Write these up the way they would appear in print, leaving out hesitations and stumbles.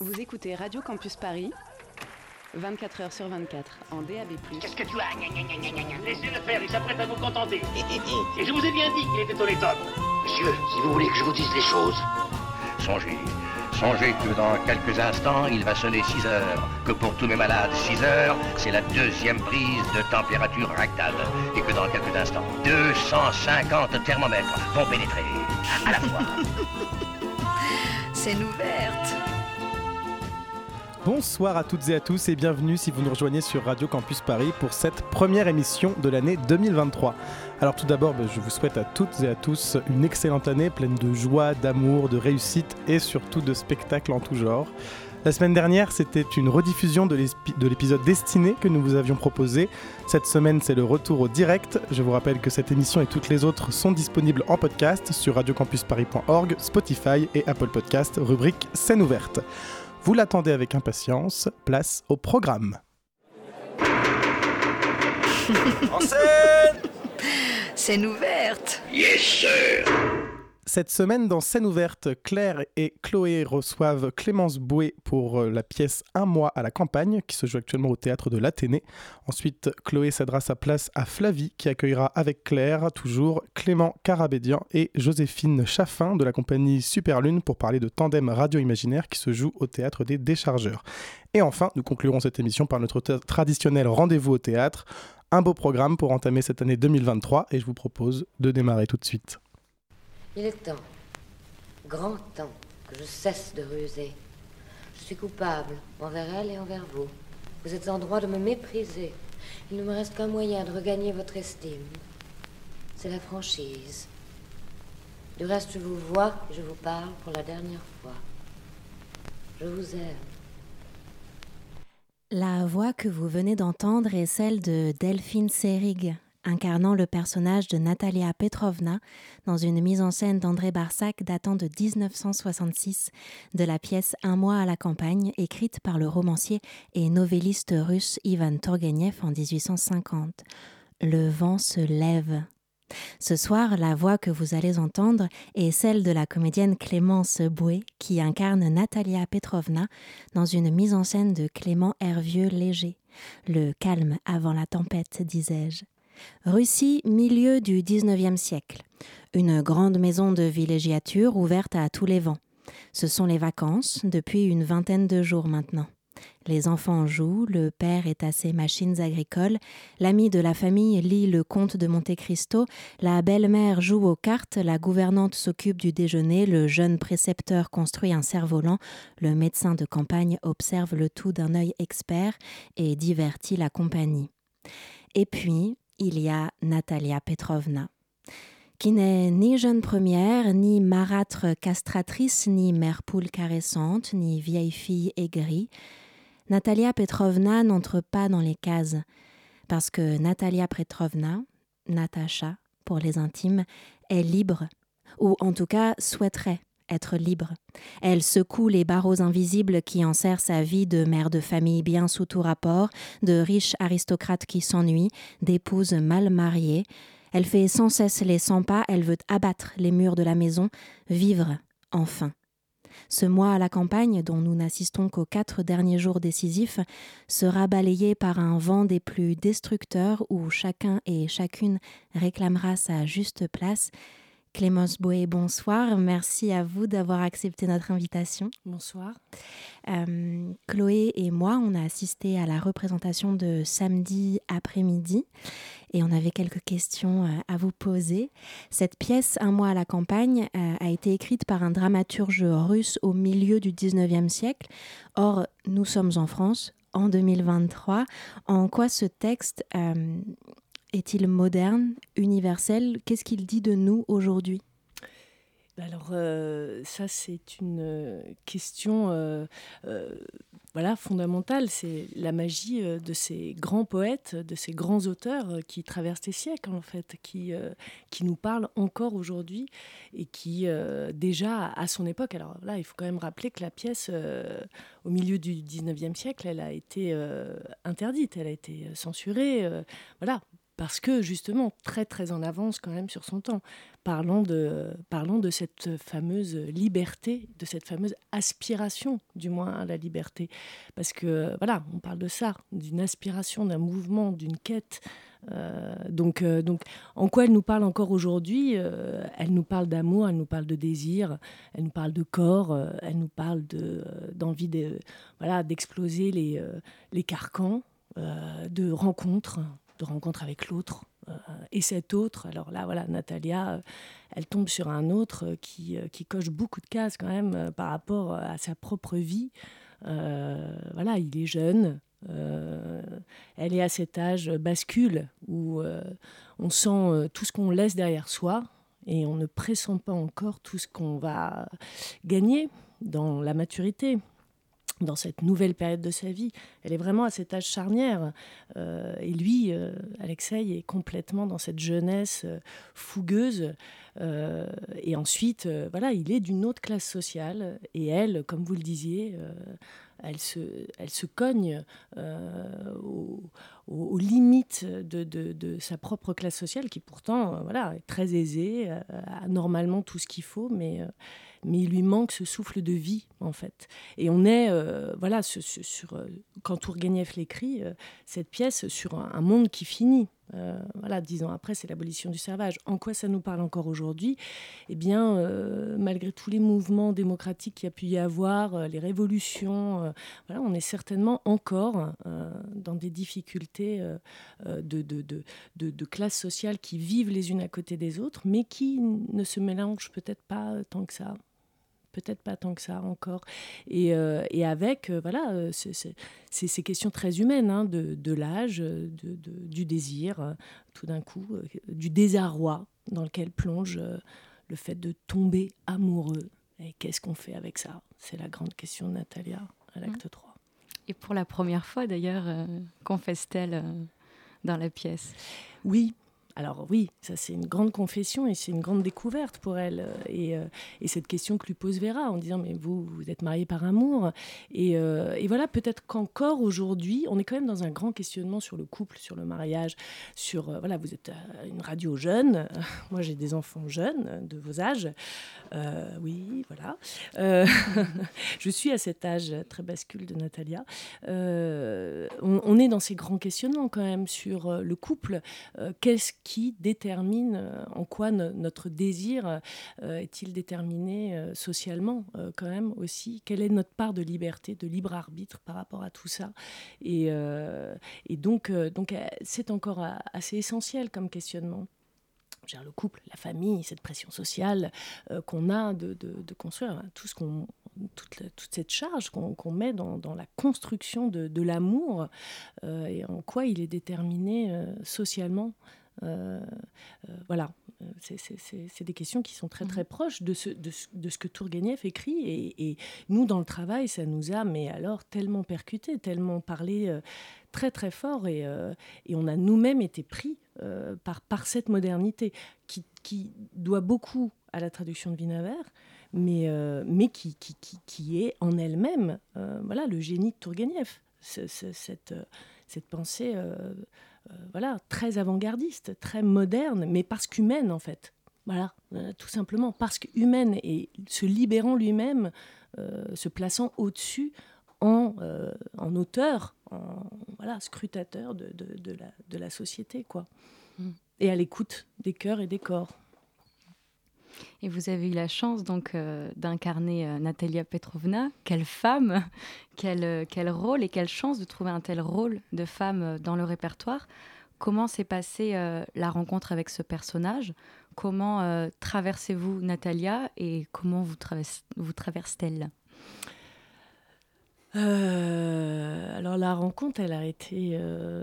Vous écoutez Radio Campus Paris, 24 heures sur 24, en DAB+. Qu'est-ce que tu as? Laissez-le faire, il s'apprête à vous contenter. Et je vous ai bien dit qu'il était honnête. Monsieur, si vous voulez que je vous dise les choses, songez que dans quelques instants, il va sonner 6 heures. Que pour tous mes malades, 6 heures, c'est la deuxième prise de température rectale. Et que dans quelques instants, 250 thermomètres vont pénétrer à la fois. Scène ouverte. Bonsoir à toutes et à tous et bienvenue si vous nous rejoignez sur Radio Campus Paris pour cette première émission de l'année 2023. Alors tout d'abord, je vous souhaite à toutes et à tous une excellente année pleine de joie, d'amour, de réussite et surtout de spectacles en tout genre. La semaine dernière, c'était une rediffusion de l'épisode Destiné que nous vous avions proposé. Cette semaine, c'est le retour au direct. Je vous rappelle que cette émission et toutes les autres sont disponibles en podcast sur radiocampusparis.org, Spotify et Apple Podcast, rubrique Scène ouverte. Vous l'attendez avec impatience, place au programme. En scène! Scène ouverte. Yes, sir. Cette semaine, dans Scène ouverte, Claire et Chloé reçoivent Clémence Boué pour la pièce Un mois à la campagne, qui se joue actuellement au théâtre de l'Athénée. Ensuite, Chloé cédera sa place à Flavie, qui accueillera avec Claire, toujours, Clément Carabédian et Joséphine Chaffin de la compagnie Superlune pour parler de Tandem radio-imaginaire qui se joue au théâtre des Déchargeurs. Et enfin, nous conclurons cette émission par notre traditionnel rendez-vous au théâtre. Un beau programme pour entamer cette année 2023 et je vous propose de démarrer tout de suite. Il est temps, grand temps, que je cesse de ruser. Je suis coupable envers elle et envers vous. Vous êtes en droit de me mépriser. Il ne me reste qu'un moyen de regagner votre estime. C'est la franchise. Du reste, je vous vois et je vous parle pour la dernière fois. Je vous aime. La voix que vous venez d'entendre est celle de Delphine Seyrig, incarnant le personnage de Natalia Petrovna dans une mise en scène d'André Barsac datant de 1966 de la pièce Un mois à la campagne, écrite par le romancier et novelliste russe Ivan Turgenev en 1850. Le vent se lève. Ce soir, la voix que vous allez entendre est celle de la comédienne Clémence Boué qui incarne Natalia Petrovna dans une mise en scène de Clément Hervieux-Léger. Le calme avant la tempête, disais-je. Russie, milieu du XIXe siècle. Une grande maison de villégiature ouverte à tous les vents. Ce sont les vacances, depuis une vingtaine de jours maintenant. Les enfants jouent, le père est à ses machines agricoles, l'ami de la famille lit le conte de Monte Cristo, la belle-mère joue aux cartes, la gouvernante s'occupe du déjeuner, le jeune précepteur construit un cerf-volant, le médecin de campagne observe le tout d'un œil expert et divertit la compagnie. Et puis, il y a Natalia Petrovna, qui n'est ni jeune première, ni marâtre castratrice, ni mère poule caressante, ni vieille fille aigrie. Natalia Petrovna n'entre pas dans les cases, parce que Natalia Petrovna, Natacha pour les intimes, est libre, ou en tout cas souhaiterait être libre. Elle secoue les barreaux invisibles qui enserrent sa vie de mère de famille bien sous tout rapport, de riche aristocrate qui s'ennuie, d'épouse mal mariée. Elle fait sans cesse les 100 pas, elle veut abattre les murs de la maison, vivre, enfin. Ce mois à la campagne, dont nous n'assistons qu'aux 4 derniers jours décisifs, sera balayé par un vent des plus destructeurs où chacun et chacune réclamera sa juste place. Clémence Boué, bonsoir. Merci à vous d'avoir accepté notre invitation. Bonsoir. Chloé et moi, on a assisté à la représentation de samedi après-midi et on avait quelques questions à vous poser. Cette pièce, Un mois à la campagne, a été écrite par un dramaturge russe au milieu du 19e siècle. Or, nous sommes en France, en 2023. En quoi ce texte est-il moderne, universel? Qu'est-ce qu'il dit de nous aujourd'hui? Alors, ça, c'est une question fondamentale. C'est la magie de ces grands poètes, de ces grands auteurs qui traversent les siècles, en fait, qui nous parlent encore aujourd'hui et qui, déjà, à son époque... Alors là, il faut quand même rappeler que la pièce, au milieu du 19e siècle, elle a été interdite, elle a été censurée. Voilà. parce que justement très très en avance quand même sur son temps, parlant de cette fameuse liberté, de cette fameuse aspiration du moins à la liberté, parce que voilà, on parle de ça, d'une aspiration, d'un mouvement, d'une quête. Donc, en quoi elle nous parle encore aujourd'hui? Elle nous parle d'amour, elle nous parle de désir, elle nous parle de corps, elle nous parle d'envie d'exploser les carcans, de rencontres avec l'autre. Et cet autre, alors là, voilà, Natalia, elle tombe sur un autre qui coche beaucoup de cases quand même par rapport à sa propre vie. Voilà, il est jeune. Elle est à cet âge bascule où on sent tout ce qu'on laisse derrière soi et on ne pressent pas encore tout ce qu'on va gagner dans la maturité, dans cette nouvelle période de sa vie. Elle est vraiment à cet âge charnière. Et lui, Alexei, est complètement dans cette jeunesse fougueuse. Et ensuite, voilà, il est d'une autre classe sociale. Et elle, comme vous le disiez, elle se cogne aux limites de sa propre classe sociale, qui pourtant voilà, est très aisée, a normalement tout ce qu'il faut, mais il lui manque ce souffle de vie, en fait. Et on est, voilà, quand Tourguenieff l'écrit, cette pièce sur un monde qui finit. Voilà, 10 ans après, c'est l'abolition du servage. En quoi ça nous parle encore aujourd'hui? Eh bien, malgré tous les mouvements démocratiques qu'il y a pu y avoir, les révolutions, voilà, on est certainement encore dans des difficultés de classes sociales qui vivent les unes à côté des autres, mais qui ne se mélangent peut-être pas tant que ça. Peut-être pas tant que ça encore. Et avec voilà, ces questions très humaines, hein, de l'âge, du désir, tout d'un coup, du désarroi dans lequel plonge le fait de tomber amoureux. Et qu'est-ce qu'on fait avec ça? C'est la grande question de Natalia à l'acte 3. Et pour la première fois, d'ailleurs, confesse-t-elle dans la pièce? Oui. Alors oui, ça c'est une grande confession et c'est une grande découverte pour elle. Et cette question que lui pose Vera en disant « mais vous êtes mariés par amour ». Et voilà, peut-être qu'encore aujourd'hui, on est quand même dans un grand questionnement sur le couple, sur le mariage, sur, voilà, vous êtes une radio jeune, moi j'ai des enfants jeunes de vos âges. Oui, voilà. Je suis à cet âge très bascule de Natalia. On est dans ces grands questionnements quand même sur le couple. Qu'est-ce qui détermine en quoi notre désir est-il déterminé socialement quand même aussi? Quelle est notre part de liberté, de libre arbitre par rapport à tout ça? Et donc c'est encore assez essentiel comme questionnement. Le couple, la famille, cette pression sociale qu'on a de construire, hein, toute cette charge qu'on met dans la construction de l'amour et en quoi il est déterminé socialement. Voilà, c'est des questions qui sont très très proches de ce que Tourguenieff écrit et nous dans le travail ça nous a mais alors tellement percuté, tellement parlé très très fort et on a nous-mêmes été pris par cette modernité qui doit beaucoup à la traduction de Winawer mais qui est en elle-même voilà, le génie de Tourguenieff, cette pensée voilà, très avant-gardiste, très moderne, mais parce qu'humaine en fait. Voilà, tout simplement parce qu'humaine et se libérant lui-même, se plaçant au-dessus en auteur, en voilà, scrutateur de la société, quoi. Et à l'écoute des cœurs et des corps. Et vous avez eu la chance donc d'incarner Natalia Petrovna. Quelle femme, quel rôle et quelle chance de trouver un tel rôle de femme dans le répertoire. Comment s'est passée la rencontre avec ce personnage? Comment traversez-vous Natalia et comment vous traverse-t-elle? Alors la rencontre, elle a été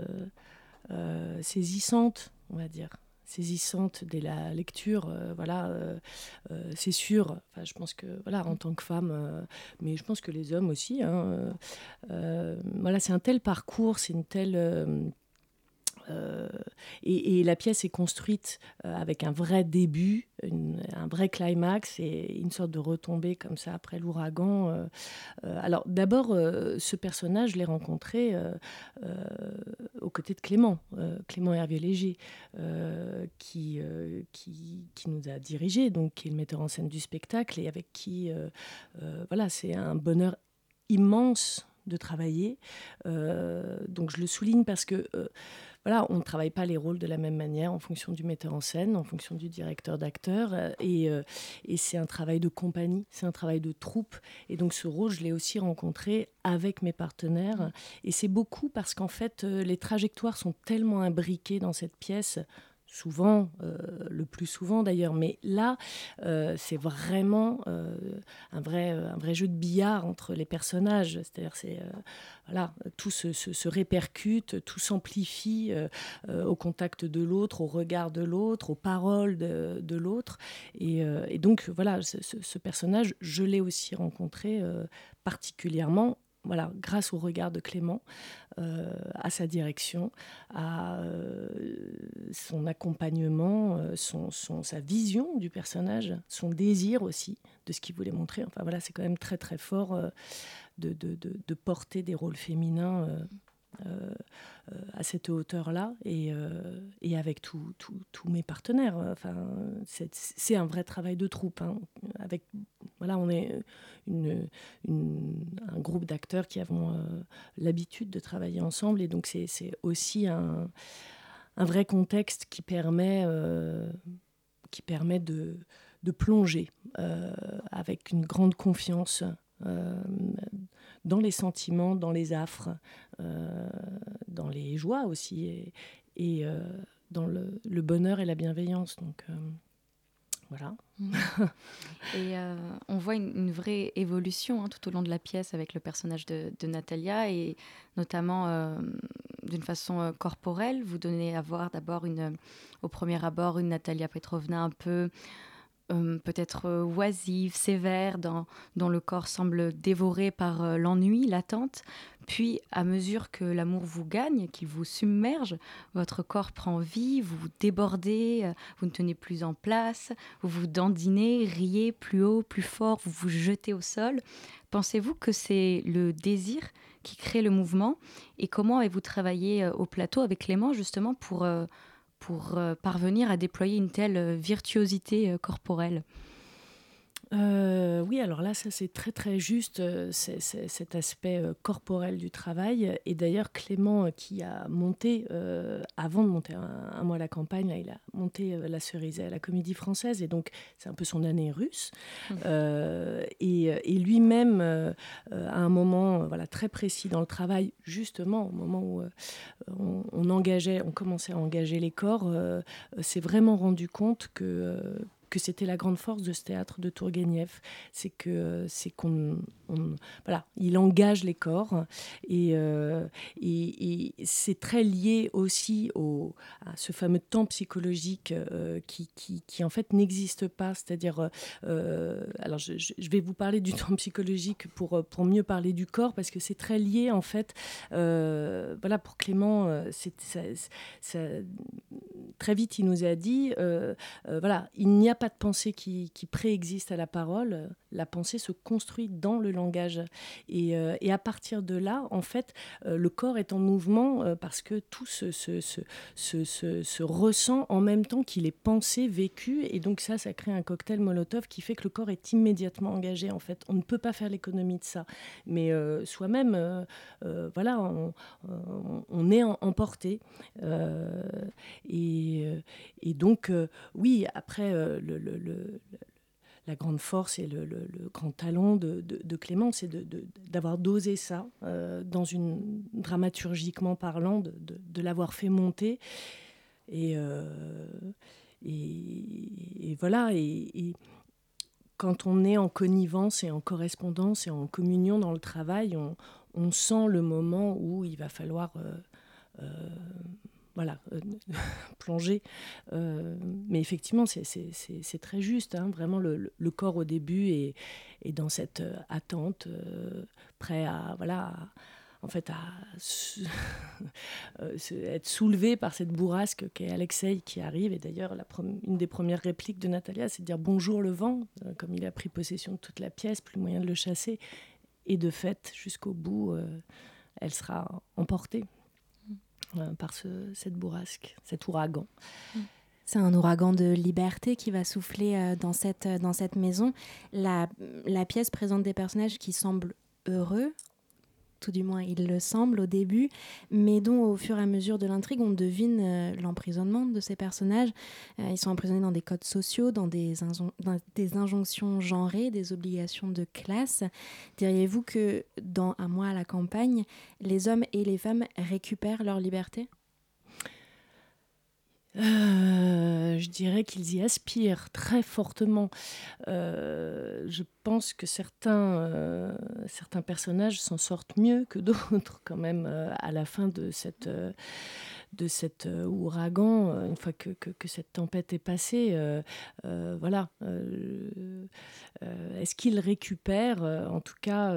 saisissante, on va dire. Saisissante dès la lecture, voilà, c'est sûr. Enfin, je pense que voilà, en tant que femme, mais je pense que les hommes aussi. Hein, voilà, c'est un tel parcours, c'est une telle Et la pièce est construite avec un vrai début, un vrai climax et une sorte de retombée comme ça après l'ouragan. Alors d'abord, ce personnage, je l'ai rencontré aux côtés de Clément Hervieux-Léger, qui nous a dirigés, donc qui est le metteur en scène du spectacle et avec qui, c'est un bonheur immense de travailler. Donc je le souligne parce que on ne travaille pas les rôles de la même manière en fonction du metteur en scène, en fonction du directeur d'acteur, et c'est un travail de compagnie, c'est un travail de troupe. Et donc ce rôle, je l'ai aussi rencontré avec mes partenaires. Et c'est beaucoup parce qu'en fait, les trajectoires sont tellement imbriquées dans cette pièce, souvent, le plus souvent d'ailleurs, mais là, c'est vraiment un vrai jeu de billard entre les personnages. C'est-à-dire, tout se répercute, tout s'amplifie au contact de l'autre, au regard de l'autre, aux paroles de l'autre. Et donc, ce personnage, je l'ai aussi rencontré particulièrement grâce au regard de Clément, à sa direction, à son accompagnement, sa vision du personnage, son désir aussi de ce qu'il voulait montrer. Enfin c'est quand même très très fort de porter des rôles féminins à cette hauteur-là et avec tous mes partenaires. C'est un vrai travail de troupe. On est un groupe d'acteurs qui avons l'habitude de travailler ensemble et donc c'est aussi un vrai contexte qui permet de plonger avec une grande confiance dans les sentiments, dans les affres, dans les joies aussi, et dans le bonheur et la bienveillance. Donc, voilà. Et on voit une vraie évolution tout au long de la pièce avec le personnage de Natalia, et notamment d'une façon corporelle. Vous donnez à voir d'abord au premier abord une Natalia Petrovna un peu peut-être oisive, sévère, dont le corps semble dévoré par l'ennui, l'attente. Puis, à mesure que l'amour vous gagne, qu'il vous submerge, votre corps prend vie, vous vous débordez, vous ne tenez plus en place, vous vous dandinez, riez plus haut, plus fort, vous vous jetez au sol. Pensez-vous que c'est le désir qui crée le mouvement? Et comment avez-vous travaillé au plateau avec Clément, justement, pour parvenir à déployer une telle virtuosité corporelle? Oui, alors là, ça c'est très très juste, cet aspect corporel du travail. Et d'ailleurs, Clément, qui a monté, avant de monter un mois à la campagne, là, il a monté La Cerisée à la Comédie Française, et donc c'est un peu son année russe. Et lui-même, à un moment très précis dans le travail, justement au moment où on commençait à engager les corps, s'est vraiment rendu compte que c'était la grande force de ce théâtre de Tourguenieff, c'est qu'on il engage les corps, et c'est très lié aussi à ce fameux temps psychologique qui en fait n'existe pas. C'est-à-dire, alors je vais vous parler du temps psychologique pour mieux parler du corps, parce que c'est très lié en fait. Pour Clément, très vite il nous a dit, il n'y a pas de pensée qui préexiste à la parole. La pensée se construit dans le langage. Et à partir de là, en fait, le corps est en mouvement parce que tout se ressent en même temps qu'il est pensé, vécu. Et donc ça crée un cocktail Molotov qui fait que le corps est immédiatement engagé. En fait, on ne peut pas faire l'économie de ça. Mais soi-même, on est emporté. Et donc, oui, après, la grande force et le grand talent de Clément, c'est d'avoir dosé ça, dramaturgiquement parlant, de l'avoir fait monter. Et voilà. Et quand on est en connivence et en correspondance et en communion dans le travail, on sent le moment où il va falloir plonger. Mais effectivement, c'est très juste. Vraiment, le corps au début est dans cette attente, prêt à en fait, être soulevé par cette bourrasque qu'est Alexei qui arrive. Et d'ailleurs, une des premières répliques de Natalia, c'est de dire « Bonjour le vent », comme il a pris possession de toute la pièce, plus moyen de le chasser. Et de fait, jusqu'au bout, elle sera emportée par cette bourrasque, cet ouragan. C'est un ouragan de liberté qui va souffler dans cette maison. La pièce présente des personnages qui semblent heureux, tout du moins il le semble au début, mais dont au fur et à mesure de l'intrigue, on devine l'emprisonnement de ces personnages. Ils sont emprisonnés dans des codes sociaux, dans des injonctions genrées, des obligations de classe. Diriez-vous que dans Un mois à la campagne, les hommes et les femmes récupèrent leur liberté ? Je dirais qu'ils y aspirent très fortement. Je pense que certains personnages s'en sortent mieux que d'autres quand même à la fin de cet ouragan, une fois que cette tempête est passée. Voilà. Est-ce qu'ils récupèrent, en tout cas...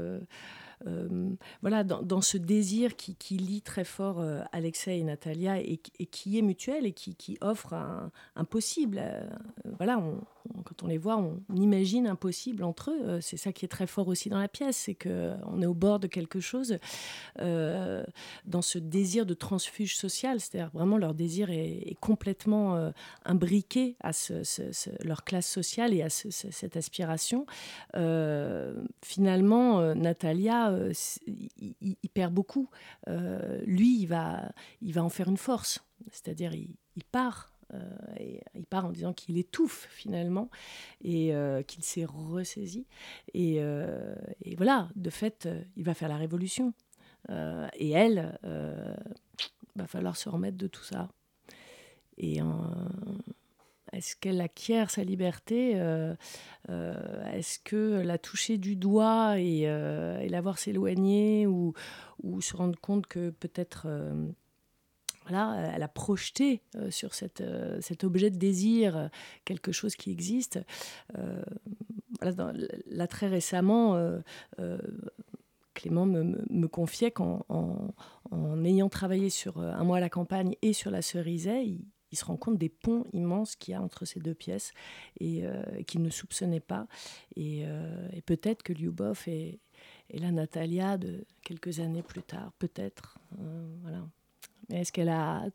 voilà, dans ce désir qui lie très fort Alexei et Natalia et qui est mutuel et qui offre un possible. Voilà, quand on les voit, on imagine un possible entre eux. C'est ça qui est très fort aussi dans la pièce, c'est qu'on est au bord de quelque chose dans ce désir de transfuge social, c'est-à-dire vraiment leur désir est complètement imbriqué à leur classe sociale et à cette aspiration. Finalement, Natalia, il perd beaucoup. Lui, il va en faire une force, c'est-à-dire il part. Et il part en disant qu'il étouffe finalement et qu'il s'est ressaisi et voilà, de fait il va faire la révolution et elle va falloir se remettre de tout ça et est-ce qu'elle acquiert sa liberté est-ce que la toucher du doigt et la voir s'éloigner ou se rendre compte que peut-être voilà, elle a projeté sur cet objet de désir quelque chose qui existe. Voilà, là, très récemment, Clément me confiait qu'en ayant travaillé sur Un mois à la campagne et sur La Cerisay, il se rend compte des ponts immenses qu'il y a entre ces deux pièces et qu'il ne soupçonnait pas. Et peut-être que Lyubov est la Natalia de quelques années plus tard, peut-être. Voilà. Mais est-ce qu'elle a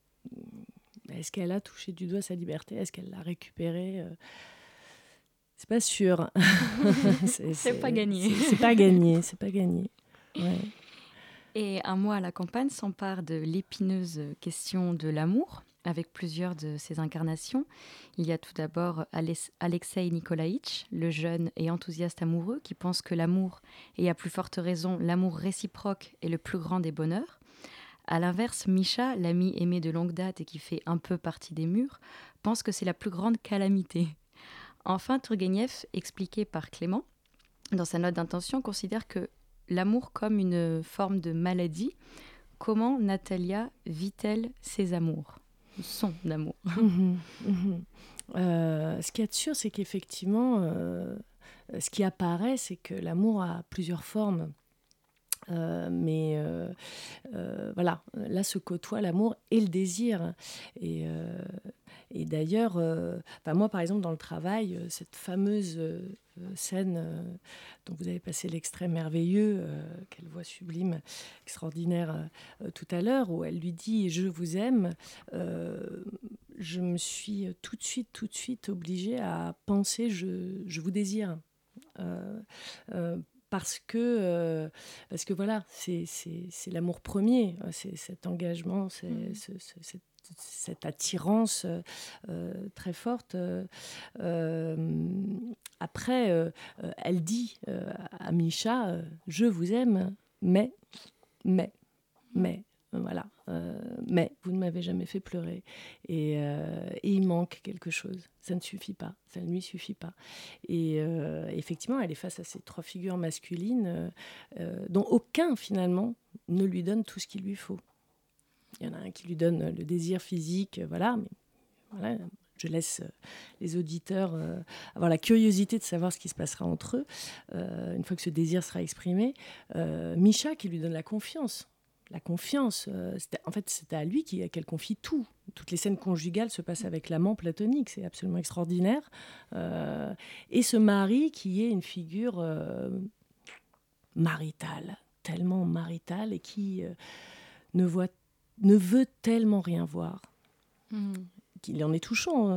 touché du doigt sa liberté ? Est-ce qu'elle l'a récupérée ? C'est pas sûr. C'est pas gagné. C'est pas gagné. Ouais. Et Un mois à la campagne s'empare de l'épineuse question de l'amour, avec plusieurs de ses incarnations. Il y a tout d'abord Alexei Nikolaïtch, le jeune et enthousiaste amoureux qui pense que l'amour, et à plus forte raison l'amour réciproque, est le plus grand des bonheurs. À l'inverse, Misha, l'ami aimé de longue date et qui fait un peu partie des murs, pense que c'est la plus grande calamité. Enfin, Turgueniev, expliqué par Clément, dans sa note d'intention, considère que l'amour comme une forme de maladie. Comment Natalia vit-elle ses amours ? Son amour. Ce qu'il y a de sûr, c'est qu'effectivement, ce qui apparaît, c'est que l'amour a plusieurs formes. Mais voilà, là se côtoient l'amour et le désir. Et d'ailleurs, moi par exemple dans le travail, cette fameuse scène dont vous avez passé l'extrait merveilleux, quelle voix sublime, extraordinaire tout à l'heure, où elle lui dit « je vous aime », je me suis tout de suite obligée à penser « je vous désire ». Parce que voilà, c'est l'amour premier, c'est cet engagement, cette attirance très forte. Après, elle dit à Misha, je vous aime, mais, voilà, mais vous ne m'avez jamais fait pleurer. Et il manque quelque chose. Ça ne suffit pas, ça ne lui suffit pas. Et effectivement, elle est face à ces trois figures masculines dont aucun, finalement, ne lui donne tout ce qu'il lui faut. Il y en a un qui lui donne le désir physique, voilà, mais voilà, je laisse les auditeurs avoir la curiosité de savoir ce qui se passera entre eux, une fois que ce désir sera exprimé. Misha qui lui donne la confiance. La confiance, c'était à lui qu'elle confie tout. Toutes les scènes conjugales se passent avec l'amant platonique, c'est absolument extraordinaire. Et ce mari qui est une figure maritale, tellement maritale, et qui ne veut tellement rien voir. Qu'il en est touchant.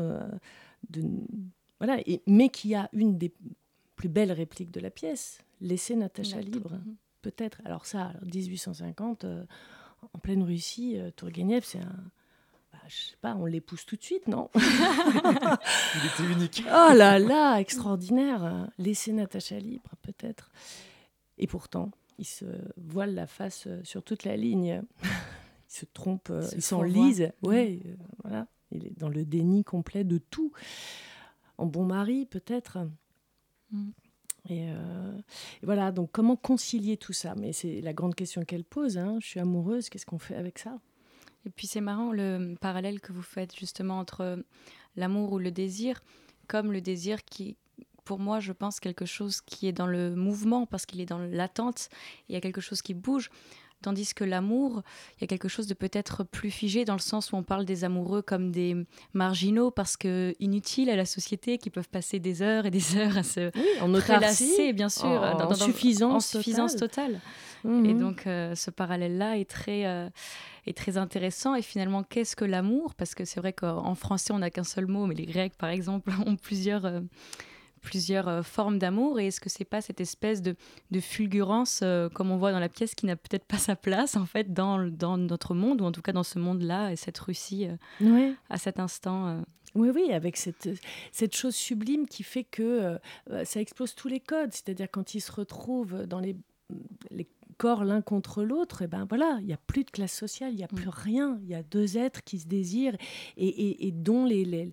Mais qui a une des plus belles répliques de la pièce, « Laissez Natacha libre ». Peut-être. Alors ça, 1850, en pleine Russie, Tourgueniev, c'est un... je sais pas, on l'épouse tout de suite, non? Il était unique. Oh là là, extraordinaire. Laisser Natacha libre, peut-être. Et pourtant, il se voile la face sur toute la ligne. Il se trompe, il s'enlise. Ouais, voilà. Il est dans le déni complet de tout. En bon mari, peut-être. Et voilà, donc comment concilier tout ça? Mais c'est la grande question qu'elle pose. Je suis amoureuse, qu'est-ce qu'on fait avec ça? Et puis c'est marrant le parallèle que vous faites justement entre l'amour ou le désir, comme le désir qui, pour moi, je pense, quelque chose qui est dans le mouvement, parce qu'il est dans l'attente, il y a quelque chose qui bouge. Tandis que l'amour, il y a quelque chose de peut-être plus figé, dans le sens où on parle des amoureux comme des marginaux, parce que inutiles à la société, qui peuvent passer des heures et des heures à se prélasser, bien sûr, en suffisance totale. Et donc ce parallèle-là est très intéressant. Et finalement, qu'est-ce que l'amour? Parce que c'est vrai qu'en français, on n'a qu'un seul mot, mais les Grecs, par exemple, ont plusieurs formes d'amour. Et est-ce que c'est pas cette espèce de fulgurance, comme on voit dans la pièce, qui n'a peut-être pas sa place, en fait, dans notre monde, ou en tout cas dans ce monde-là, et cette Russie, à cet instant Oui, avec cette chose sublime qui fait que ça explose tous les codes. C'est-à-dire quand ils se retrouvent dans les corps l'un contre l'autre, et ben voilà, il n'y a plus de classe sociale, il n'y a plus rien. Il y a deux êtres qui se désirent et dont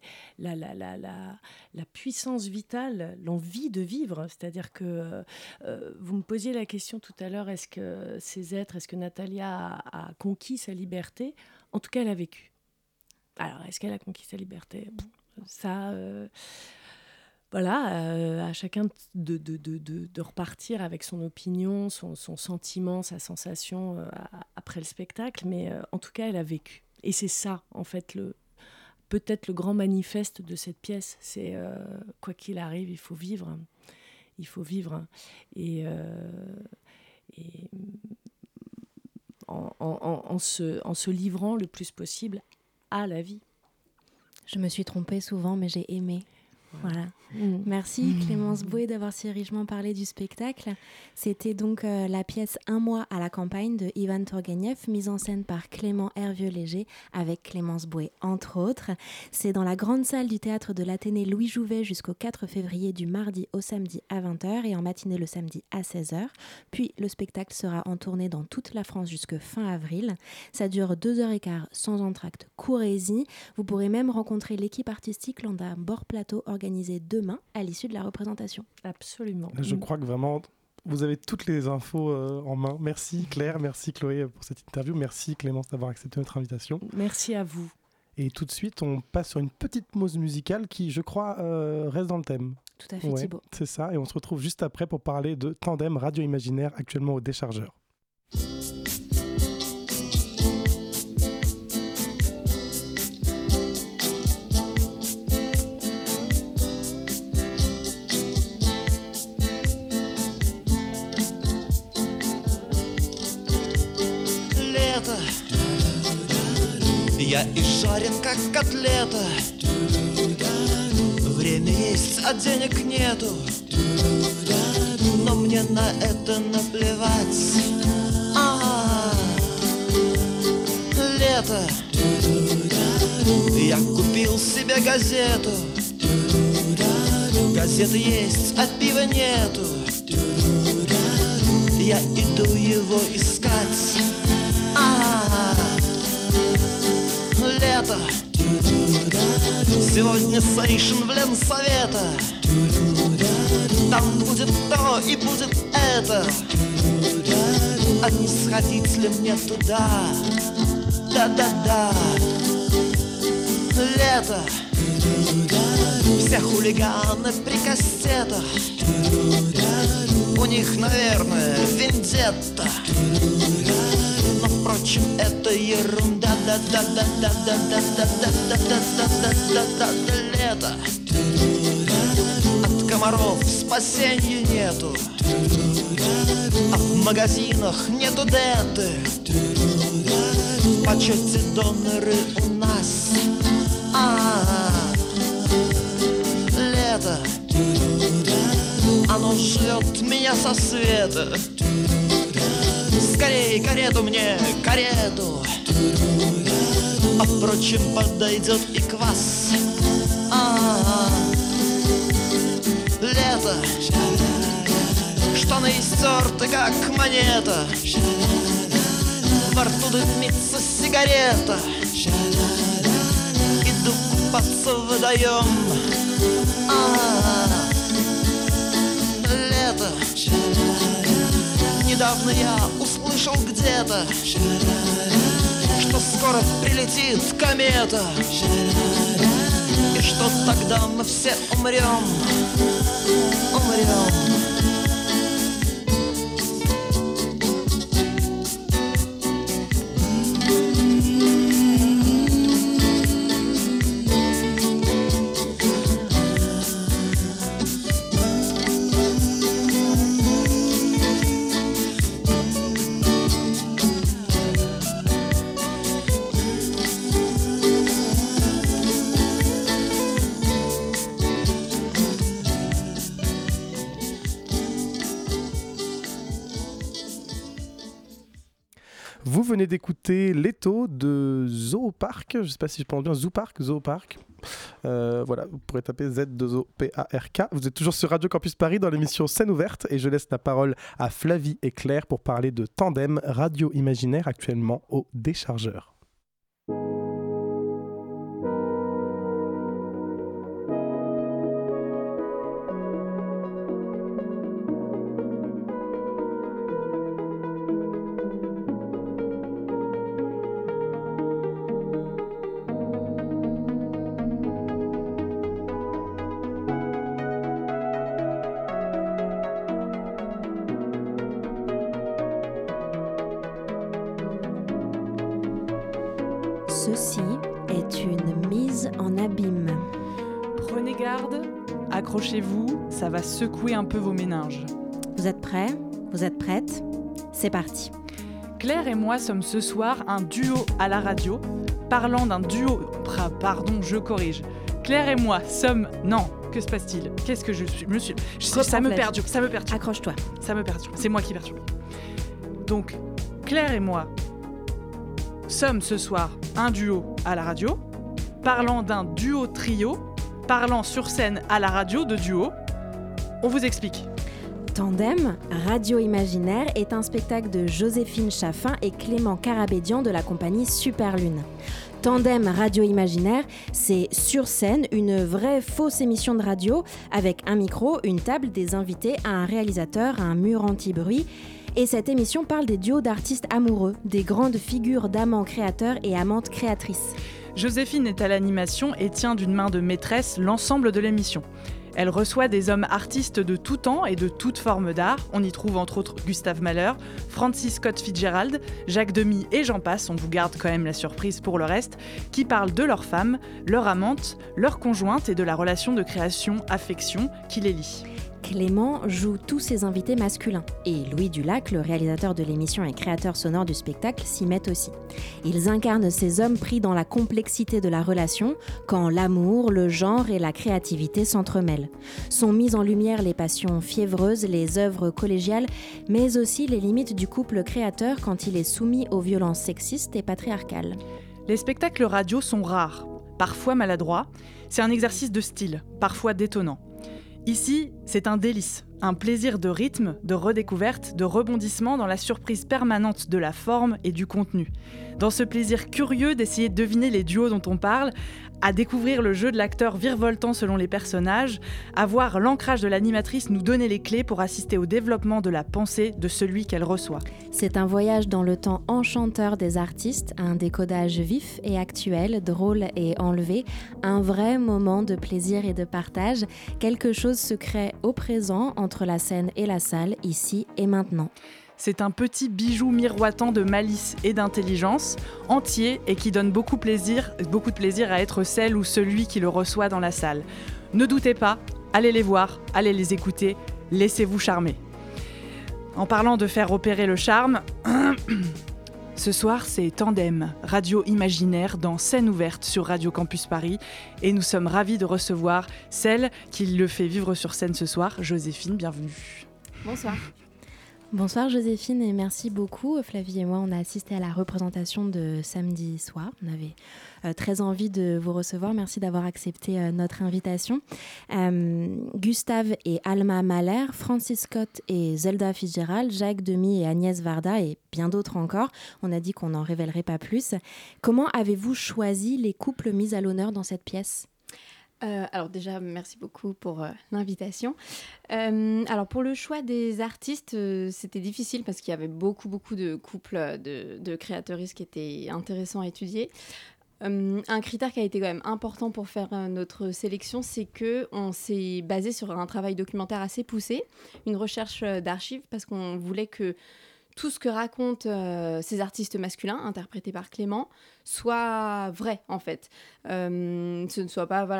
la puissance vitale, l'envie de vivre. C'est-à-dire que vous me posiez la question tout à l'heure, est-ce que Natalia a conquis sa liberté? En tout cas, elle a vécu. Alors, est-ce qu'elle a conquis sa liberté? Ça... Voilà, à chacun de repartir avec son opinion, son sentiment, sa sensation après le spectacle, mais en tout cas, elle a vécu. Et c'est ça, en fait, peut-être le grand manifeste de cette pièce, c'est quoi qu'il arrive, il faut vivre. Il faut vivre. Et en se livrant le plus possible à la vie. Je me suis trompée souvent, mais j'ai aimé. Voilà. Merci Clémence Boué d'avoir si richement parlé du spectacle. C'était donc la pièce Un mois à la campagne de Ivan Tourgueniev, mise en scène par Clément Hervieux-Léger avec Clémence Boué entre autres. C'est dans la grande salle du théâtre de l'Athénée Louis Jouvet jusqu'au 4 février, du mardi au samedi à 20h et en matinée le samedi à 16h. Puis le spectacle sera en tournée dans toute la France jusque fin avril. Ça dure 2h15 sans entracte, courez-y. Vous pourrez même rencontrer l'équipe artistique lors d'un bord plateau organisé demain à l'issue de la représentation. Absolument. Je crois que vraiment, vous avez toutes les infos en main. Merci Claire, merci Chloé pour cette interview. Merci Clémence d'avoir accepté notre invitation. Merci à vous. Et tout de suite, on passe sur une petite pause musicale qui, je crois, reste dans le thème. Tout à fait, Thibaut. C'est ça, et on se retrouve juste après pour parler de Tandem Radio Imaginaire, actuellement au Déchargeur. Я изжарен, как котлета. Время есть, а денег нету. Но мне на это наплевать. Лето. Я купил себе газету. Газета есть, а пива нету. Я иду его искать. Лето. Сегодня сейшн в Ленсовета. Там будет то и будет это. А не сходить ли мне туда? Да-да-да. Лето. Все хулиганы при кассетах, у них, наверное, вендетта. Но, впрочем, это ерунда. Лето. От комаров спасенья нету, а в магазинах нету денты. В почете доноры у нас. Лето, оно шлет меня со света. Скорей карету мне, карету. А впрочем, подойдет и квас. Лето, штаны истерты, как монета. Во рту дымится сигарета. Иду купаться в водоем. Лето. Недавно я услышал где-то, что скоро прилетит комета, и что тогда мы все умрем. Vous venez d'écouter Leto de Zoopark, je ne sais pas si je prononce bien, Zoopark. Voilà, vous pourrez taper Z2OPARK. Vous êtes toujours sur Radio Campus Paris dans l'émission Scène ouverte et je laisse la parole à Flavie et Claire pour parler de Tandem, radio imaginaire actuellement au déchargeur. Ceci est une mise en abîme. Prenez garde, accrochez-vous, ça va secouer un peu vos méninges. Vous êtes prêts ? Vous êtes prêtes ? C'est parti. Claire et moi sommes ce soir un duo à la radio. Parlant d'un duo... Pardon, je corrige. Claire et moi sommes... Non, que se passe-t-il ? Qu'est-ce que je suis Ça me perturbe. Accroche-toi. Ça me perturbe, c'est moi qui perturbe. Donc, Claire et moi sommes ce soir un duo à la radio, parlant d'un duo-trio, parlant sur scène à la radio de duo. On vous explique. Tandem, radio imaginaire, est un spectacle de Joséphine Chaffin et Clément Carabédian de la compagnie Superlune. Tandem radio imaginaire, c'est sur scène une vraie fausse émission de radio avec un micro, une table, des invités, un réalisateur, un mur anti-bruit. Et cette émission parle des duos d'artistes amoureux, des grandes figures d'amants créateurs et amantes créatrices. Joséphine est à l'animation et tient d'une main de maîtresse l'ensemble de l'émission. Elle reçoit des hommes artistes de tout temps et de toutes formes d'art. On y trouve entre autres Gustave Mahler, Francis Scott Fitzgerald, Jacques Demy et j'en passe, on vous garde quand même la surprise pour le reste, qui parlent de leur femme, leur amante, leur conjointe et de la relation de création-affection qui les lie. Clément joue tous ses invités masculins et Louis Dulac, le réalisateur de l'émission et créateur sonore du spectacle, s'y met aussi. Ils incarnent ces hommes pris dans la complexité de la relation quand l'amour, le genre et la créativité s'entremêlent. Sont mises en lumière les passions fiévreuses, les œuvres collégiales, mais aussi les limites du couple créateur quand il est soumis aux violences sexistes et patriarcales. Les spectacles radio sont rares, parfois maladroits. C'est un exercice de style, parfois détonnant. Ici, C'est un délice, un plaisir de rythme, de redécouverte, de rebondissement dans la surprise permanente de la forme et du contenu. Dans ce plaisir curieux d'essayer de deviner les duos dont on parle, à découvrir le jeu de l'acteur virevoltant selon les personnages, à voir l'ancrage de l'animatrice nous donner les clés pour assister au développement de la pensée de celui qu'elle reçoit. C'est un voyage dans le temps enchanteur des artistes, un décodage vif et actuel, drôle et enlevé, un vrai moment de plaisir et de partage, quelque chose se crée au présent entre la scène et la salle, ici et maintenant. C'est un petit bijou miroitant de malice et d'intelligence, entier et qui donne beaucoup de plaisir à être celle ou celui qui le reçoit dans la salle. Ne doutez pas, allez les voir, allez les écouter, laissez-vous charmer. En parlant de faire opérer le charme, ce soir c'est Tandem, radio imaginaire dans Scène ouverte sur Radio Campus Paris et nous sommes ravis de recevoir celle qui le fait vivre sur scène ce soir, Joséphine, bienvenue. Bonsoir. Bonsoir Joséphine et merci beaucoup. Flavie et moi, on a assisté à la représentation de samedi soir. On avait très envie de vous recevoir. Merci d'avoir accepté notre invitation. Gustave et Alma Mahler, Francis Scott et Zelda Fitzgerald, Jacques Demy et Agnès Varda et bien d'autres encore. On a dit qu'on n'en révélerait pas plus. Comment avez-vous choisi les couples mis à l'honneur dans cette pièce ? Alors déjà, merci beaucoup pour l'invitation. Alors pour le choix des artistes, c'était difficile parce qu'il y avait beaucoup de couples de créateuristes qui étaient intéressants à étudier. Un critère qui a été quand même important pour faire notre sélection, c'est qu'on s'est basé sur un travail documentaire assez poussé, une recherche d'archives, parce qu'on voulait que tout ce que racontent ces artistes masculins, interprétés par Clément, soit vrai, en fait. Que ce ne soit pas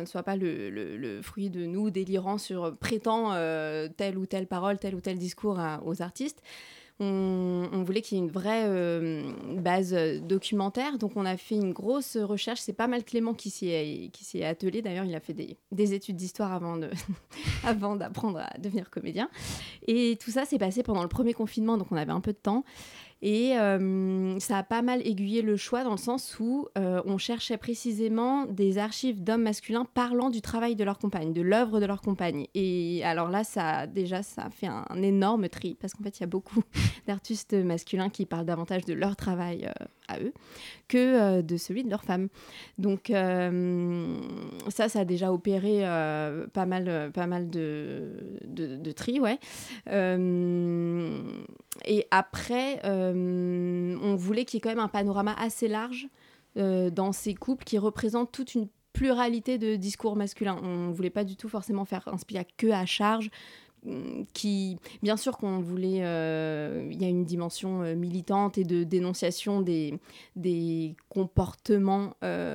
le fruit de nous délirant sur prêtant telle ou telle parole, tel ou tel discours aux artistes. On voulait qu'il y ait une vraie base documentaire, donc on a fait une grosse recherche. C'est pas mal Clément qui s'y est attelé. D'ailleurs, il a fait des études d'histoire avant d'apprendre à devenir comédien. Et tout ça s'est passé pendant le premier confinement, donc on avait un peu de temps. Et ça a pas mal aiguillé le choix dans le sens où on cherchait précisément des archives d'hommes masculins parlant du travail de leur compagne, de l'œuvre de leur compagne. Et alors là, ça a fait un énorme tri, parce qu'en fait, il y a beaucoup d'artistes masculins qui parlent davantage de leur travail à eux que de celui de leur femme. Donc ça a déjà opéré pas mal de tri, ouais. Et après, on voulait qu'il y ait quand même un panorama assez large dans ces couples qui représentent toute une pluralité de discours masculins. On ne voulait pas du tout forcément faire un spectacle que à charge, bien sûr qu'on voulait, il y a une dimension militante et de dénonciation des comportements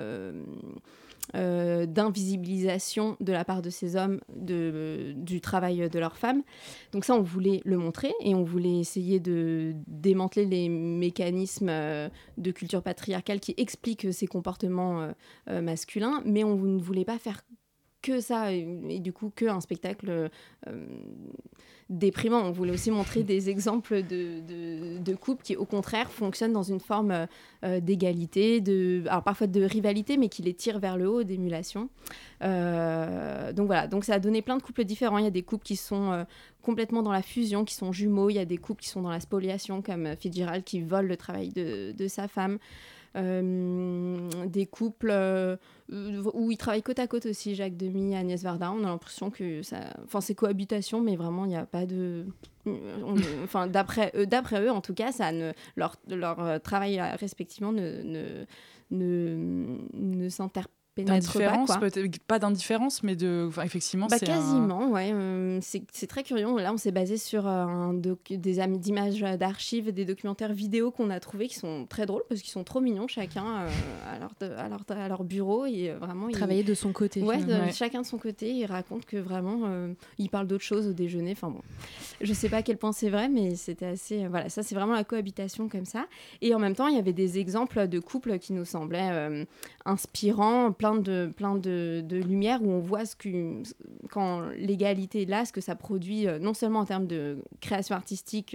d'invisibilisation de la part de ces hommes du travail de leurs femmes. Donc ça, on voulait le montrer et on voulait essayer de démanteler les mécanismes de culture patriarcale qui expliquent ces comportements masculins, mais on ne voulait pas faire que ça, et du coup que un spectacle déprimant. On voulait aussi montrer des exemples de couples qui au contraire fonctionnent dans une forme d'égalité, alors parfois de rivalité, mais qui les tire vers le haut, d'émulation. Donc voilà, donc ça a donné plein de couples différents. Il y a des couples qui sont complètement dans la fusion, qui sont jumeaux. Il y a des couples qui sont dans la spoliation, comme Fitzgerald qui vole le travail de sa femme. Des couples où ils travaillent côte à côte aussi, Jacques Demy, Agnès Varda. On a l'impression que c'est cohabitation, mais vraiment il n'y a pas de... d'après eux en tout cas, leur travail respectivement ne s'interpréte pas d'indifférence, mais effectivement, c'est quasiment, ouais. C'est très curieux. Là, on s'est basé sur des images d'archives, des documentaires vidéo qu'on a trouvés qui sont très drôles parce qu'ils sont trop mignons, chacun à leur bureau. Et vraiment, travailler de son côté. Ouais, chacun de son côté. Ils racontent que vraiment, ils parlent d'autres choses au déjeuner. Enfin bon, je sais pas à quel point c'est vrai, mais c'était assez... voilà, ça, c'est vraiment la cohabitation comme ça. Et en même temps, il y avait des exemples de couples qui nous semblaient inspirants, plein de lumière, où on voit quand l'égalité est là, ce que ça produit, non seulement en termes de création artistique,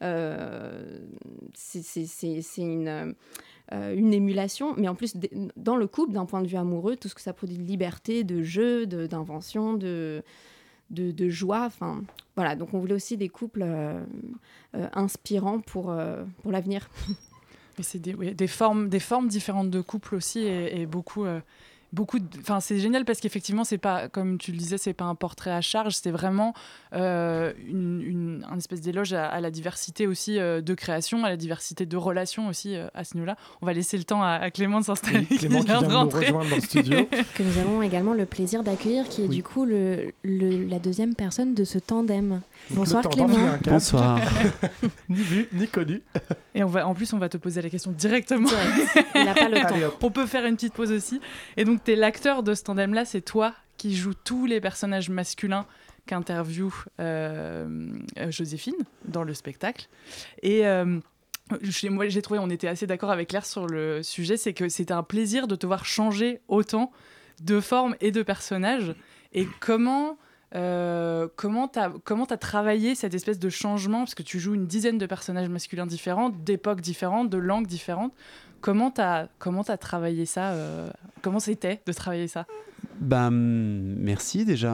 c'est une émulation, mais en plus dans le couple, d'un point de vue amoureux, tout ce que ça produit de liberté, de jeu, d'invention, de joie. Enfin, voilà, donc on voulait aussi des couples inspirants pour l'avenir. Mais c'est des formes différentes de couples aussi et beaucoup... Enfin, c'est génial parce qu'effectivement, c'est pas, comme tu le disais, c'est pas un portrait à charge, c'est vraiment une espèce d'éloge à la diversité aussi de création, à la diversité de relations aussi à ce niveau-là. On va laisser le temps à Clément de s'installer. Oui, Clément qui vient de nous rejoindre dans le studio. Que nous avons également le plaisir d'accueillir, qui est du coup la deuxième personne de ce tandem. Bonsoir Clément. Bonsoir. Ni vu, ni connu. Et en plus, on va te poser la question directement. Il n'a pas le temps. Allez, hop. On peut faire une petite pause aussi. Et donc, t'es l'acteur de ce tandem-là, c'est toi qui joues tous les personnages masculins qu'interviewe Joséphine dans le spectacle. Et moi, j'ai trouvé, on était assez d'accord avec Claire sur le sujet, c'est que c'était un plaisir de te voir changer autant de forme et de personnages. Et comment t'as travaillé cette espèce de changement, parce que tu joues une dizaine de personnages masculins différents, d'époques différentes, de langues différentes. Comment t'as travaillé ça comment c'était de travailler ça? Merci déjà.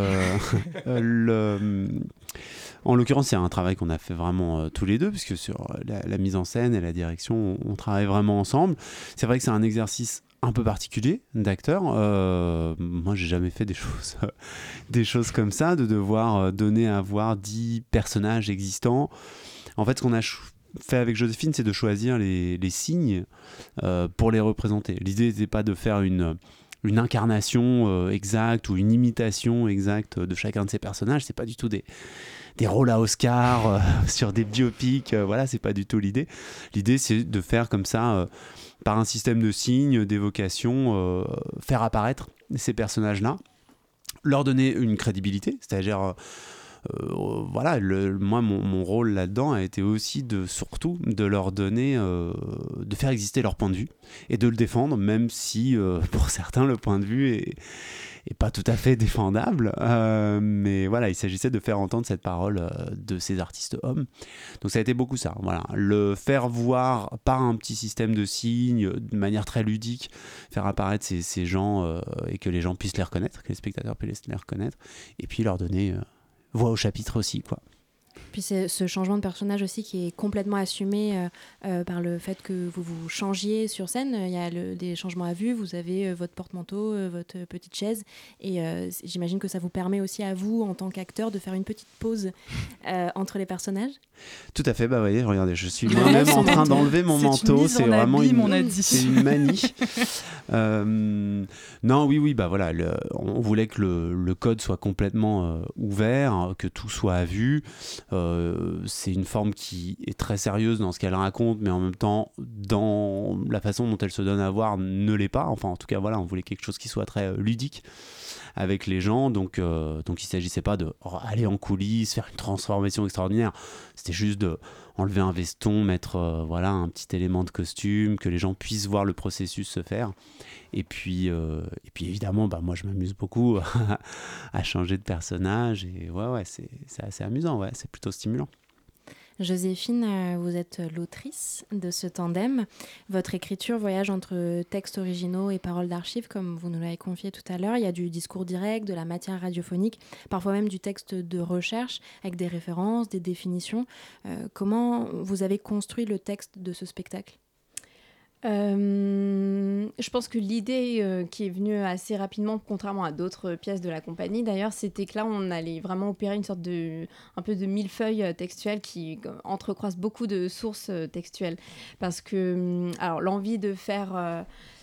En l'occurrence, c'est un travail qu'on a fait vraiment tous les deux, puisque sur la mise en scène et la direction, on travaille vraiment ensemble. C'est vrai que c'est un exercice un peu particulier d'acteur. Moi, j'ai jamais fait des choses comme ça, de devoir donner à voir 10 personnages existants. En fait, ce qu'on a fait avec Joséphine, c'est de choisir les signes pour les représenter. L'idée n'était pas de faire une incarnation exacte ou une imitation exacte de chacun de ces personnages. C'est pas du tout des rôles à Oscar sur des biopics. Voilà, c'est pas du tout l'idée. L'idée, c'est de faire comme ça, par un système de signes, d'évocation, faire apparaître ces personnages-là, leur donner une crédibilité, c'est-à-dire... voilà, moi mon rôle là-dedans a été aussi surtout de leur donner, de faire exister leur point de vue et de le défendre, même si pour certains le point de vue est pas tout à fait défendable, mais voilà, il s'agissait de faire entendre cette parole de ces artistes hommes. Donc ça a été beaucoup ça, voilà, le faire voir par un petit système de signes, de manière très ludique, faire apparaître ces gens et que les gens puissent les reconnaître, que les spectateurs puissent les reconnaître, et puis leur donner voix au chapitre aussi, quoi. Puis c'est ce changement de personnage aussi qui est complètement assumé par le fait que vous changiez sur scène. Il y a des changements à vue, vous avez votre porte-manteau, votre petite chaise, et j'imagine que ça vous permet aussi à vous, en tant qu'acteur, de faire une petite pause entre les personnages. Tout à fait, vous voyez, regardez, je suis moi-même en train d'enlever mon manteau, c'est vraiment c'est une manie. Non, oui, voilà, on voulait que le code soit complètement ouvert, que tout soit à vue. C'est une forme qui est très sérieuse dans ce qu'elle raconte, mais en même temps, dans la façon dont elle se donne à voir, ne l'est pas. Enfin, en tout cas, voilà, on voulait quelque chose qui soit très ludique avec les gens, donc il ne s'agissait pas d'aller en coulisses, faire une transformation extraordinaire. C'était juste d'enlever un veston, mettre un petit élément de costume, que les gens puissent voir le processus se faire. Et puis évidemment, moi je m'amuse beaucoup à changer de personnage, et c'est assez amusant, c'est plutôt stimulant. Joséphine, vous êtes l'autrice de ce tandem. Votre écriture voyage entre textes originaux et paroles d'archives, comme vous nous l'avez confié tout à l'heure. Il y a du discours direct, de la matière radiophonique, parfois même du texte de recherche, avec des références, des définitions. Comment vous avez construit le texte de ce spectacle ? Je pense que l'idée qui est venue assez rapidement, contrairement à d'autres pièces de la compagnie d'ailleurs, c'était que là on allait vraiment opérer une sorte un peu de millefeuille textuelle qui entrecroise beaucoup de sources textuelles, parce que alors l'envie de faire un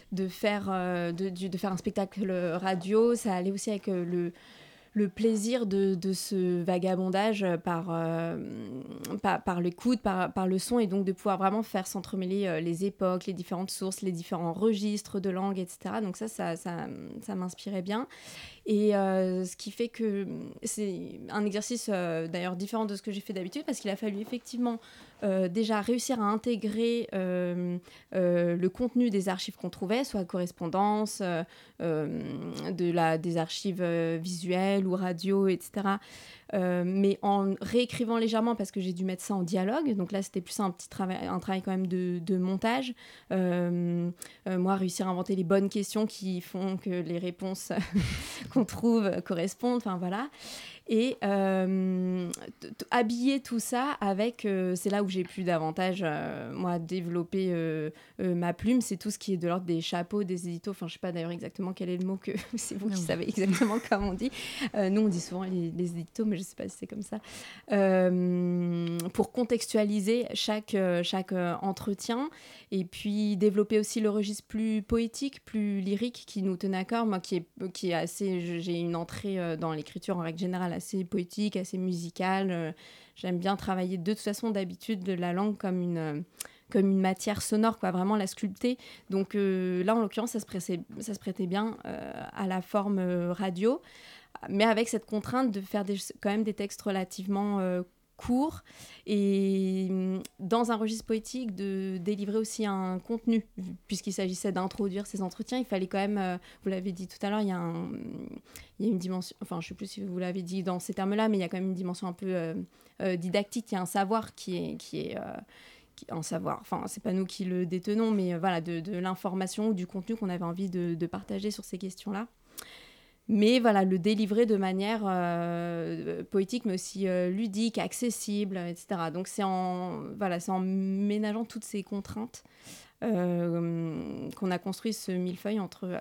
spectacle radio, ça allait aussi avec le plaisir de ce vagabondage par l'écoute, par le son, et donc de pouvoir vraiment faire s'entremêler les époques, les différentes sources, les différents registres de langue, etc. Donc ça m'inspirait bien. Et ce qui fait que c'est un exercice d'ailleurs différent de ce que j'ai fait d'habitude, parce qu'il a fallu effectivement déjà réussir à intégrer le contenu des archives qu'on trouvait, soit correspondance, des archives visuelles ou radio, etc., mais en réécrivant légèrement parce que j'ai dû mettre ça en dialogue. Donc là, c'était plus un travail quand même de montage. Moi, réussir à inventer les bonnes questions qui font que les réponses qu'on trouve correspondent. Enfin, voilà. Et habiller tout ça avec, c'est là où j'ai pu davantage, moi, développer ma plume, c'est tout ce qui est de l'ordre des chapeaux, des éditos, enfin je sais pas d'ailleurs exactement quel est le mot que c'est vous qui savez exactement comment on dit. Nous on dit souvent les éditos, mais je sais pas si c'est comme ça. Pour contextualiser chaque entretien, et puis développer aussi le registre plus poétique, plus lyrique qui nous tenait à cœur. Moi qui est assez, j'ai une entrée dans l'écriture en règle générale assez poétique, assez musicale. J'aime bien travailler de toute façon d'habitude de la langue comme une matière sonore, quoi, vraiment la sculpter. Donc là, en l'occurrence, ça se prêtait bien à la forme radio, mais avec cette contrainte de faire quand même des textes relativement courts et dans un registre poétique de délivrer aussi un contenu, puisqu'il s'agissait d'introduire ces entretiens. Il fallait quand même, vous l'avez dit tout à l'heure, il y a une dimension, enfin je ne sais plus si vous l'avez dit dans ces termes-là, mais il y a quand même une dimension un peu didactique, il y a un savoir qui est en savoir, enfin c'est pas nous qui le détenons, mais voilà, de l'information ou du contenu qu'on avait envie de partager sur ces questions-là. Mais voilà, le délivrer de manière poétique, mais aussi ludique, accessible, etc. Donc c'est en ménageant toutes ces contraintes qu'on a construit ce millefeuille entre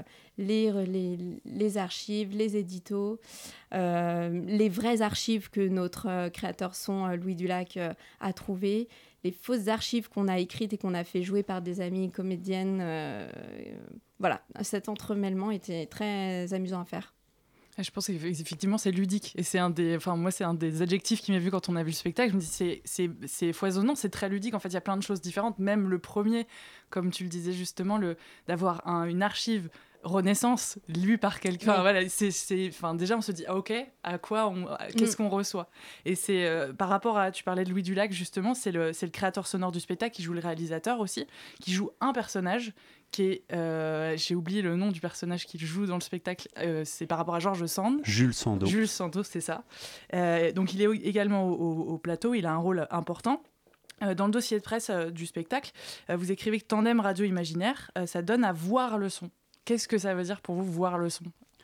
les archives, les éditos, les vraies archives que notre créateur son, Louis Dulac, a trouvées, les fausses archives qu'on a écrites et qu'on a fait jouer par des amies comédiennes. Voilà, cet entremêlement était très amusant à faire. Je pense qu'effectivement c'est ludique et c'est un des adjectifs qui m'est vu quand on a vu le spectacle. Je me dis c'est foisonnant, c'est très ludique. En fait, il y a plein de choses différentes. Même le premier, comme tu le disais justement, d'avoir une archive Renaissance lue par quelqu'un. Oui. Voilà, déjà on se dit ok, qu'est-ce qu'on reçoit. Et c'est par rapport à, tu parlais de Louis Dulac justement, c'est le créateur sonore du spectacle qui joue le réalisateur aussi, qui joue un personnage. Qui est, j'ai oublié le nom du personnage qu'il joue dans le spectacle, c'est par rapport à Georges Sand. Jules Sandeau. Jules Sandeau, c'est ça. Donc il est également au plateau, il a un rôle important. Dans le dossier de presse du spectacle, vous écrivez que Tandem Radio Imaginaire, ça donne à voir le son. Qu'est-ce que ça veut dire pour vous, voir le son ?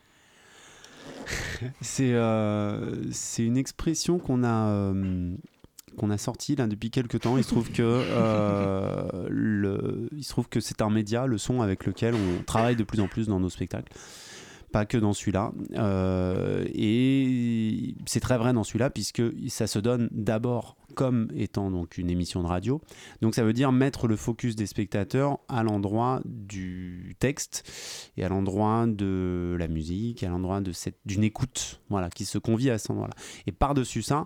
C'est une expression qu'on a sorti là depuis quelques temps. Il se trouve que c'est un média, le son, avec lequel on travaille de plus en plus dans nos spectacles. Pas que dans celui-là. Et c'est très vrai dans celui-là, puisque ça se donne d'abord comme étant donc une émission de radio. Donc ça veut dire mettre le focus des spectateurs à l'endroit du texte et à l'endroit de la musique, à l'endroit d'une écoute, voilà, qui se convie à cet endroit-là. Et par-dessus ça,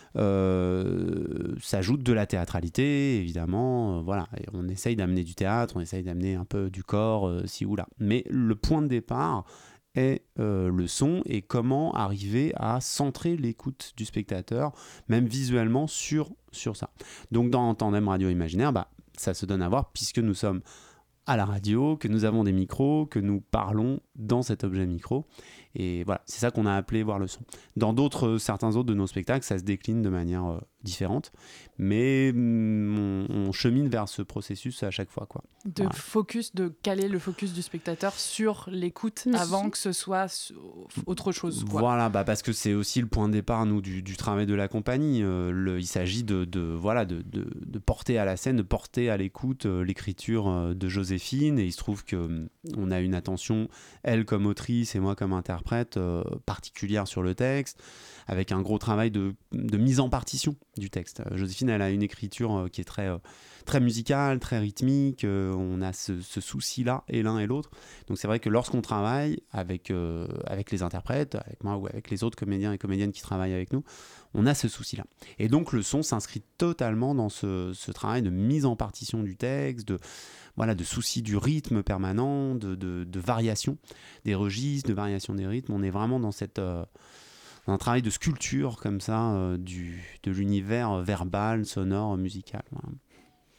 s'ajoute de la théâtralité, évidemment. Voilà. Et on essaye d'amener du théâtre, on essaye d'amener un peu du corps, ci ou là. Mais le point de départ est le son et comment arriver à centrer l'écoute du spectateur, même visuellement, sur ça. Donc dans Tandem Radio Imaginaire, ça se donne à voir puisque nous sommes à la radio, que nous avons des micros, que nous parlons dans cet objet micro. Et voilà, c'est ça qu'on a appelé voir le son. Dans certains autres de nos spectacles, ça se décline de manière différente, mais on chemine vers ce processus à chaque fois, quoi. De caler le focus du spectateur sur l'écoute avant que ce soit autre chose, quoi. Voilà, parce que c'est aussi le point de départ, nous, du travail de la compagnie. Il s'agit de porter à la scène, de porter à l'écoute l'écriture de Joséphine, et il se trouve qu'on a une attention, elle comme autrice et moi comme interprète, particulière sur le texte, avec un gros travail de mise en partition du texte. Joséphine, elle a une écriture qui est très, très musicale, très rythmique. On a ce souci-là, et l'un et l'autre. Donc c'est vrai que lorsqu'on travaille avec les interprètes, avec moi ou avec les autres comédiens et comédiennes qui travaillent avec nous, on a ce souci-là. Et donc le son s'inscrit totalement dans ce travail de mise en partition du texte, de souci du rythme permanent, de variation des registres, de variation des rythmes. On est vraiment dans un travail de sculpture comme ça, de l'univers verbal, sonore, musical. Voilà.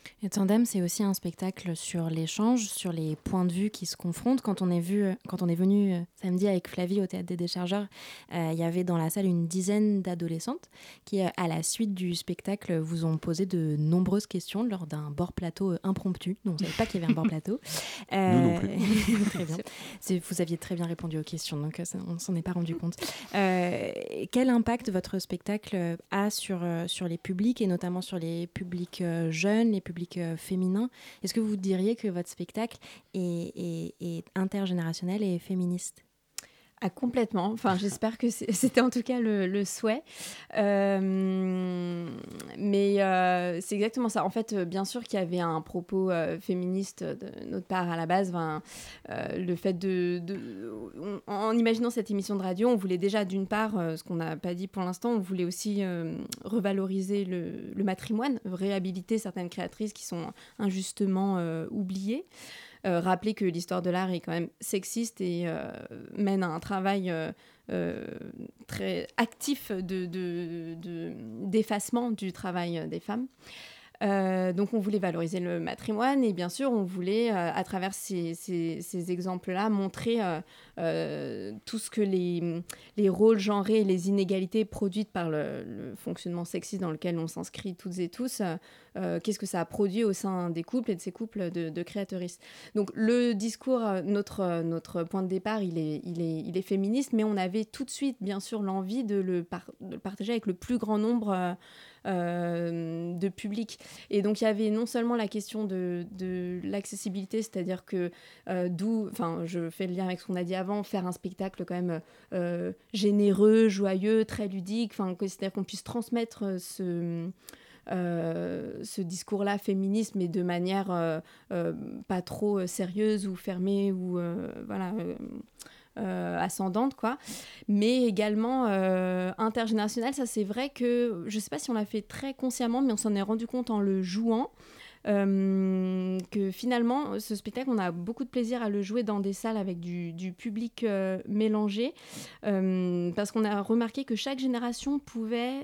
Et Tandem, c'est aussi un spectacle sur l'échange, sur les points de vue qui se confrontent. Quand on est venu samedi avec Flavie au Théâtre des Déchargeurs, il y avait dans la salle une dizaine d'adolescentes qui, à la suite du spectacle, vous ont posé de nombreuses questions lors d'un bord plateau impromptu. Donc, on ne savait pas qu'il y avait un bord plateau. Nous non plus. Très bien. Vous aviez très bien répondu aux questions, donc on ne s'en est pas rendu compte. Quel impact votre spectacle a sur les publics, et notamment sur les publics jeunes, les publics féminins? Est-ce que vous diriez que votre spectacle est intergénérationnel et féministe? Ah, complètement. Enfin, j'espère que c'était en tout cas le souhait. Mais c'est exactement ça. En fait, bien sûr qu'il y avait un propos féministe de notre part à la base. Le fait en imaginant cette émission de radio, on voulait déjà, d'une part, ce qu'on n'a pas dit pour l'instant, on voulait aussi revaloriser le matrimoine, réhabiliter certaines créatrices qui sont injustement oubliées. Rappeler que l'histoire de l'art est quand même sexiste et mène à un travail très actif d'effacement du travail des femmes. Donc on voulait valoriser le matrimoine et bien sûr on voulait à travers ces exemples-là montrer tout ce que les rôles genrés et les inégalités produites par le fonctionnement sexiste dans lequel on s'inscrit toutes et tous, qu'est-ce que ça a produit au sein des couples et de ces couples de créatrices. Donc le discours, notre point de départ, il est féministe, mais on avait tout de suite bien sûr l'envie de le partager avec le plus grand nombre de public. Et donc il y avait non seulement la question de l'accessibilité, c'est-à-dire que je fais le lien avec ce qu'on a dit avant, faire un spectacle quand même généreux, joyeux, très ludique, c'est-à-dire qu'on puisse transmettre ce discours-là féministe, mais de manière pas trop sérieuse ou fermée ou ascendante, quoi. Mais également intergénérationnelle. Ça, c'est vrai que je ne sais pas si on l'a fait très consciemment, mais on s'en est rendu compte en le jouant. Que finalement, ce spectacle, on a beaucoup de plaisir à le jouer dans des salles avec du public mélangé, parce qu'on a remarqué que chaque génération pouvait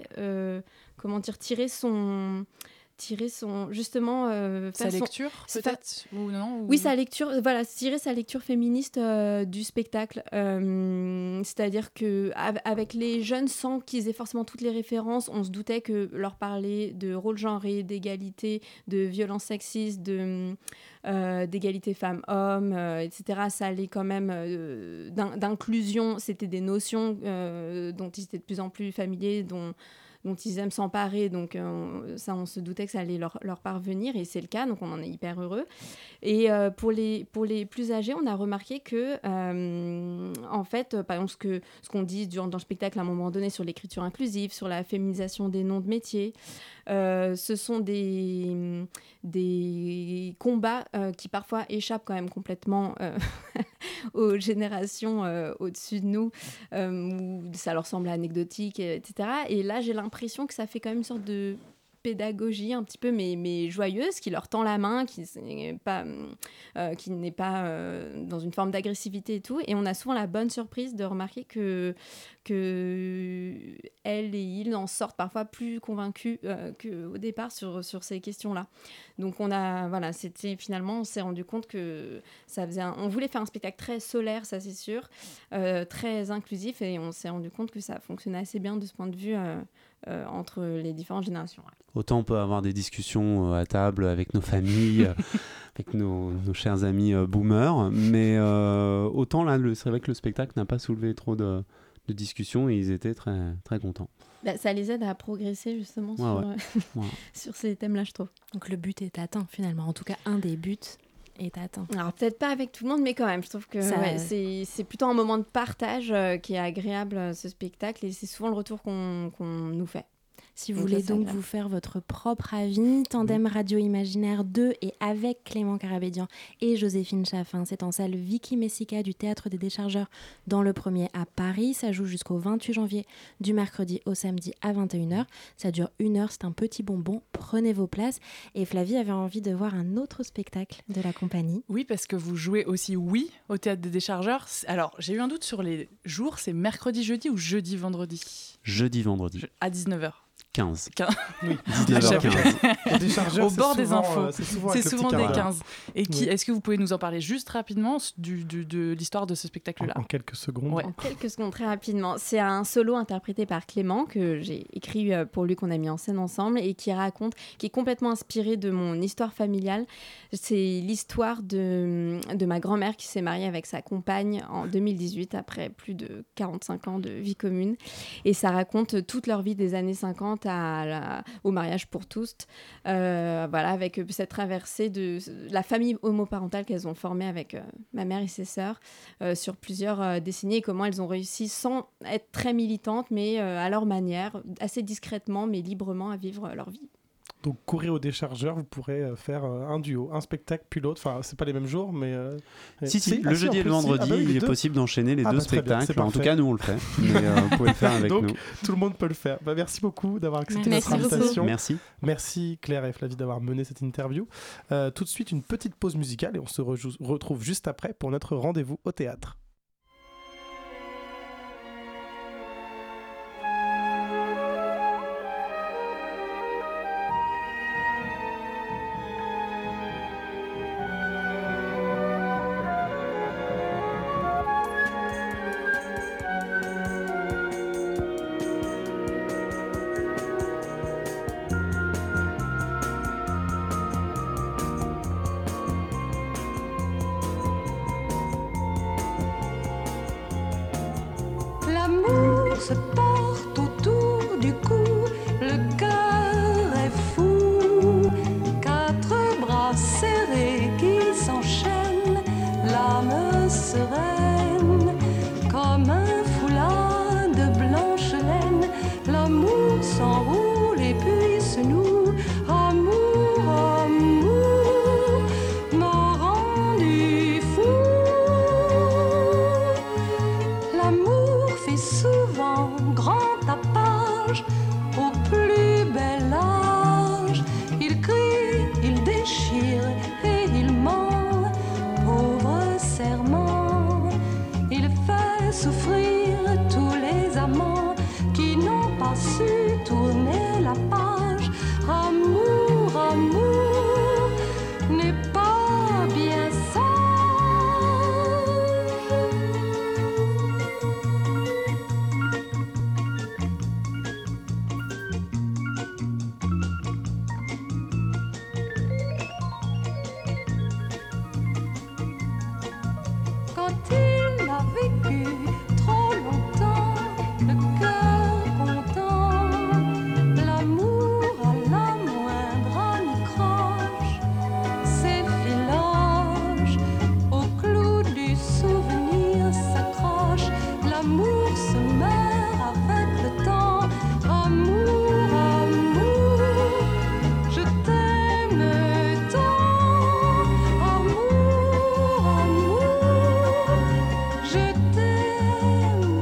tirer son justement sa lecture peut-être ou non ou... Oui, sa lecture, tirer sa lecture féministe du spectacle, c'est-à-dire que avec les jeunes, sans qu'ils aient forcément toutes les références, on se doutait que leur parler de rôle genré, d'égalité, de violence sexiste, d'égalité femmes-hommes, etc., ça allait quand même d'inclusion, c'était des notions dont ils étaient de plus en plus familiers, dont ils aiment s'emparer, donc on se doutait que ça allait leur parvenir, et c'est le cas, donc on en est hyper heureux. Et pour les plus âgés, on a remarqué que, en fait, par exemple, ce qu'on dit dans le spectacle à un moment donné sur l'écriture inclusive, sur la féminisation des noms de métiers, ce sont des combats qui parfois échappent quand même complètement aux générations au-dessus de nous, où ça leur semble anecdotique, etc. Et là, j'ai l'impression que ça fait quand même une sorte de pédagogie un petit peu, mais joyeuse, qui leur tend la main, qui n'est pas dans une forme d'agressivité et tout. Et on a souvent la bonne surprise de remarquer que elle et il en sortent parfois plus convaincus qu'au départ sur ces questions-là. Donc on s'est rendu compte que ça faisait on voulait faire un spectacle très solaire, ça c'est sûr, très inclusif, et on s'est rendu compte que ça fonctionnait assez bien de ce point de vue entre les différentes générations. Autant on peut avoir des discussions à table avec nos familles, avec nos chers amis boomers, mais autant là, c'est vrai que le spectacle n'a pas soulevé trop de discussions et ils étaient très, très contents. Ça les aide à progresser justement sur ces thèmes-là, je trouve. Donc le but est atteint finalement, en tout cas un des buts est atteint. Alors peut-être pas avec tout le monde, mais quand même, je trouve que c'est plutôt un moment de partage qui est agréable, ce spectacle, et c'est souvent le retour qu'on nous fait. Si vous voulez donc vous faire votre propre avis, Tandem Radio Imaginaire 2 et avec Clément Carabédian et Joséphine Chaffin, c'est en salle Vicky Messica du Théâtre des Déchargeurs dans le premier à Paris. Ça joue jusqu'au 28 janvier du mercredi au samedi à 21h. Ça dure 1 heure, c'est un petit bonbon. Prenez vos places. Et Flavie avait envie de voir un autre spectacle de la compagnie. Oui, parce que vous jouez aussi au Théâtre des Déchargeurs. Alors, j'ai eu un doute sur les jours. C'est mercredi, jeudi ou jeudi, vendredi ? Jeudi, vendredi. À 19h. 15. Oui, 19h15. Au déchargeur, Au bord des infos. C'est souvent des 15. Et Oui. est-ce que vous pouvez nous en parler juste rapidement de l'histoire de ce spectacle-là? En quelques secondes. Ouais. En quelques secondes, très rapidement. C'est un solo interprété par Clément, que j'ai écrit pour lui, qu'on a mis en scène ensemble, et qui est complètement inspiré de mon histoire familiale. C'est l'histoire de ma grand-mère qui s'est mariée avec sa compagne en 2018, après plus de 45 ans de vie commune. Et ça raconte toute leur vie des années 50 au mariage pour tous. Voilà, avec cette traversée de la famille homoparentale qu'elles ont formée avec ma mère et ses sœurs sur plusieurs décennies, et comment elles ont réussi, sans être très militantes, mais à leur manière, assez discrètement, mais librement, à vivre leur vie. Donc, courir au déchargeur, vous pourrez faire un duo, un spectacle puis l'autre. Enfin, c'est pas les mêmes jours, mais... Si, le jeudi et le vendredi, il est possible d'enchaîner les deux spectacles. En tout cas, nous, on le fait. Mais vous pouvez le faire avec donc, nous. Tout le monde peut le faire. Merci beaucoup d'avoir accepté notre invitation. Merci Claire et Flavie d'avoir mené cette interview. Tout de suite, une petite pause musicale et on se retrouve juste après pour notre rendez-vous au théâtre. L'amour se porte autour du cou, le cœur est fou. Quatre bras serrés qui s'enchaînent, l'âme sereine, comme un foulard de blanche laine. L'amour s'enroule et puis se noue. Amour, amour, m'a rendu fou. L'amour fait souvent grand tapage au plus bel âge. Il crie, il déchire et il ment, pauvre serment. Il fait souffrir tous les amants qui n'ont pas su tourner la page. Amour, amour n'est pas bien sage. Quand il a vécu trop longtemps, le cœur content, l'amour à la moindre anicroche, ses filoches au clou du souvenir s'accrochent. L'amour se meurt avec le temps. Amour, amour, je t'aime tant. Amour, amour, je t'aime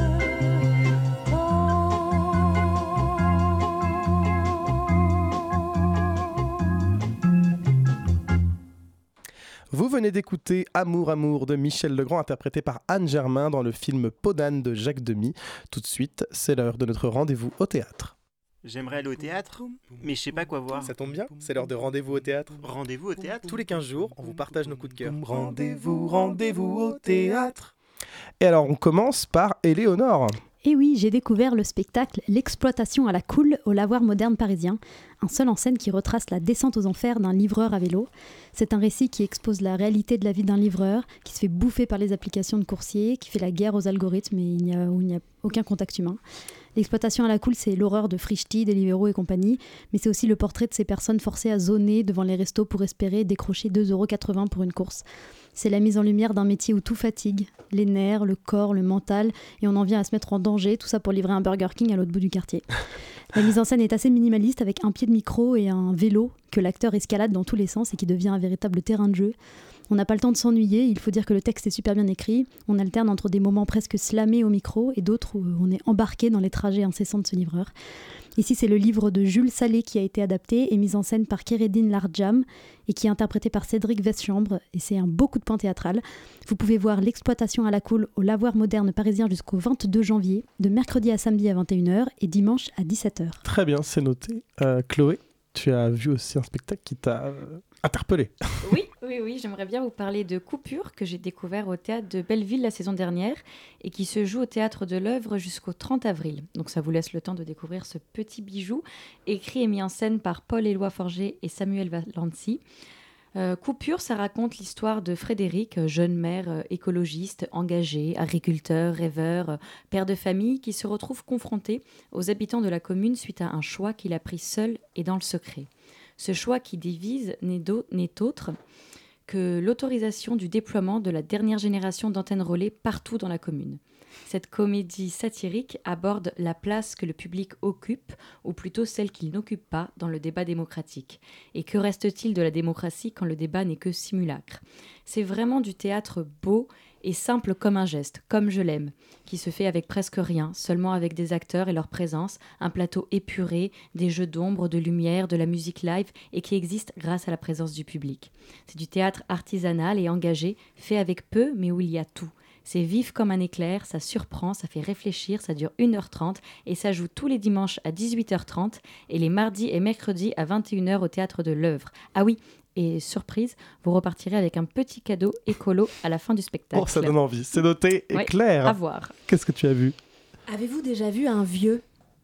Vous venez d'écouter Amour, amour de Michel Legrand, interprété par Anne Germain dans le film Peau d'âne de Jacques Demy. Tout de suite, c'est l'heure de notre rendez-vous au théâtre. J'aimerais aller au théâtre, mais je sais pas quoi voir. Ça tombe bien, c'est l'heure de rendez-vous au théâtre. Rendez-vous au théâtre? Tous les 15 jours, on vous partage nos coups de cœur. Rendez-vous au théâtre. Et alors, on commence par Éléonore. Et oui, j'ai découvert le spectacle L'exploitation à la coule au lavoir moderne parisien, un seul en scène qui retrace la descente aux enfers d'un livreur à vélo. C'est un récit qui expose la réalité de la vie d'un livreur, qui se fait bouffer par les applications de coursiers, qui fait la guerre aux algorithmes où il n'y a aucun contact humain. L'exploitation à la coule, c'est l'horreur de Frischti, Deliveroo et compagnie, mais c'est aussi le portrait de ces personnes forcées à zoner devant les restos pour espérer décrocher 2,80 € pour une course. C'est la mise en lumière d'un métier où tout fatigue, les nerfs, le corps, le mental, et on en vient à se mettre en danger, tout ça pour livrer un Burger King à l'autre bout du quartier. La mise en scène est assez minimaliste, avec un pied de micro et un vélo que l'acteur escalade dans tous les sens et qui devient un véritable terrain de jeu. On n'a pas le temps de s'ennuyer, il faut dire que le texte est super bien écrit. On alterne entre des moments presque slamés au micro et d'autres où on est embarqué dans les trajets incessants de ce livreur. Ici, c'est le livre de Jules Salé qui a été adapté et mis en scène par Kéredine Lardjam et qui est interprété par Cédric Veschambre. Et c'est un beau coup de poing théâtral. Vous pouvez voir l'exploitation à la cool au Lavoir moderne parisien jusqu'au 22 janvier, de mercredi à samedi à 21h et dimanche à 17h. Très bien, c'est noté. Chloé, tu as vu aussi un spectacle qui t'a interpellé. Oui, j'aimerais bien vous parler de Coupure, que j'ai découvert au théâtre de Belleville la saison dernière et qui se joue au théâtre de l'Œuvre jusqu'au 30 avril. Donc ça vous laisse le temps de découvrir ce petit bijou, écrit et mis en scène par Paul-Éloi Forger et Samuel Valency. Coupure, ça raconte l'histoire de Frédéric, jeune maire écologiste, engagé, agriculteur, rêveur, père de famille, qui se retrouve confronté aux habitants de la commune suite à un choix qu'il a pris seul et dans le secret. Ce choix qui divise n'est autre que l'autorisation du déploiement de la dernière génération d'antennes relais partout dans la commune. Cette comédie satirique aborde la place que le public occupe, ou plutôt celle qu'il n'occupe pas, dans le débat démocratique. Et que reste-t-il de la démocratie quand le débat n'est que simulacre ? C'est vraiment du théâtre beau et simple comme un geste, comme je l'aime, qui se fait avec presque rien, seulement avec des acteurs et leur présence, un plateau épuré, des jeux d'ombre, de lumière, de la musique live, et qui existe grâce à la présence du public. C'est du théâtre artisanal et engagé, fait avec peu, mais où il y a tout. C'est vif comme un éclair, ça surprend, ça fait réfléchir, ça dure 1h30 et ça joue tous les dimanches à 18h30 et les mardis et mercredis à 21h au Théâtre de l'Œuvre. Ah oui, et surprise, vous repartirez avec un petit cadeau écolo à la fin du spectacle. Oh, ça donne envie, c'est noté et ouais, clair. À voir. Qu'est-ce que tu as vu ? Avez-vous déjà vu un vieux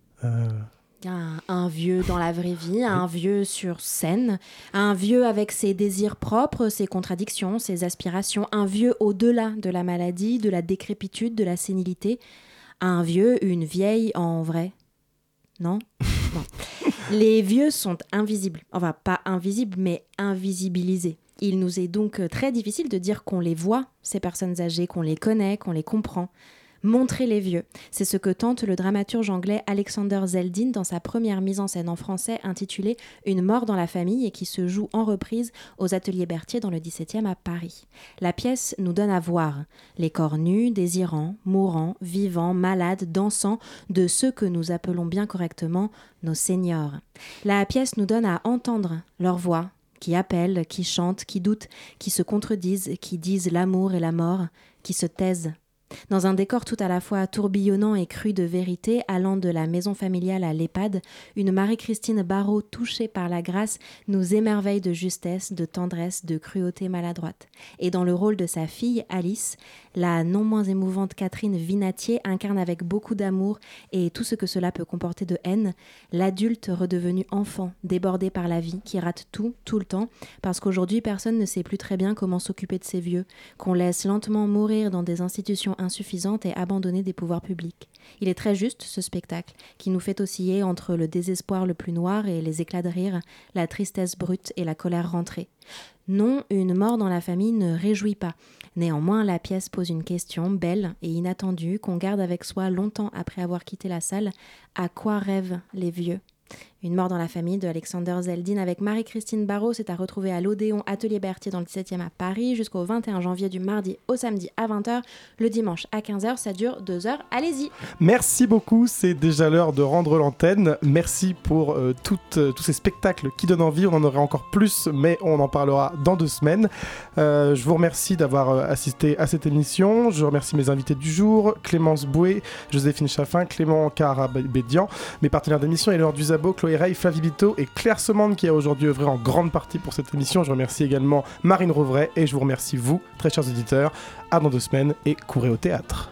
un vieux dans la vraie vie, un vieux sur scène, un vieux avec ses désirs propres, ses contradictions, ses aspirations, un vieux au-delà de la maladie, de la décrépitude, de la sénilité, un vieux, une vieille en vrai. Non ? Non. Les vieux sont invisibles, enfin pas invisibles, mais invisibilisés. Il nous est donc très difficile de dire qu'on les voit, ces personnes âgées, qu'on les connaît, qu'on les comprend. Montrer les vieux, c'est ce que tente le dramaturge anglais Alexander Zeldin dans sa première mise en scène en français intitulée « Une mort dans la famille » et qui se joue en reprise aux Ateliers Berthier dans le 17e à Paris. La pièce nous donne à voir les corps nus, désirants, mourants, vivants, malades, dansants de ceux que nous appelons bien correctement nos seniors. La pièce nous donne à entendre leur voix, qui appellent, qui chantent, qui doutent, qui se contredisent, qui disent l'amour et la mort, qui se taisent. Dans un décor tout à la fois tourbillonnant et cru de vérité, allant de la maison familiale à l'EHPAD, une Marie-Christine Barrault touchée par la grâce nous émerveille de justesse, de tendresse, de cruauté maladroite. Et dans le rôle de sa fille, Alice, la non moins émouvante Catherine Vinatier incarne avec beaucoup d'amour et tout ce que cela peut comporter de haine, l'adulte redevenu enfant, débordé par la vie, qui rate tout, tout le temps, parce qu'aujourd'hui personne ne sait plus très bien comment s'occuper de ses vieux, qu'on laisse lentement mourir dans des institutions insuffisantes et abandonnées des pouvoirs publics. Il est très juste, ce spectacle, qui nous fait osciller entre le désespoir le plus noir et les éclats de rire, la tristesse brute et la colère rentrée. Non, une mort dans la famille ne réjouit pas. Néanmoins, la pièce pose une question belle et inattendue qu'on garde avec soi longtemps après avoir quitté la salle. À quoi rêvent les vieux ? Une mort dans la famille de Alexander Zeldin avec Marie-Christine Barrault, c'est à retrouver à l'Odéon Atelier Berthier dans le 17e à Paris jusqu'au 21 janvier du mardi au samedi à 20h, le dimanche à 15h, ça dure 2 heures, allez-y. Merci beaucoup, c'est déjà l'heure de rendre l'antenne. Merci pour tous ces spectacles qui donnent envie, on en aurait encore plus, mais on en parlera dans 2 semaines. Je vous remercie d'avoir assisté à cette émission, je remercie mes invités du jour, Clémence Boué, Joséphine Chaffin, Clément Carabédian, mes partenaires d'émission, Eleanor Duzabo, Chloé Ray, Flavie Bito et Claire Semande qui a aujourd'hui œuvré en grande partie pour cette émission. Je remercie également Marine Rouvray et je vous remercie vous, très chers auditeurs. À dans 2 semaines et courez au théâtre.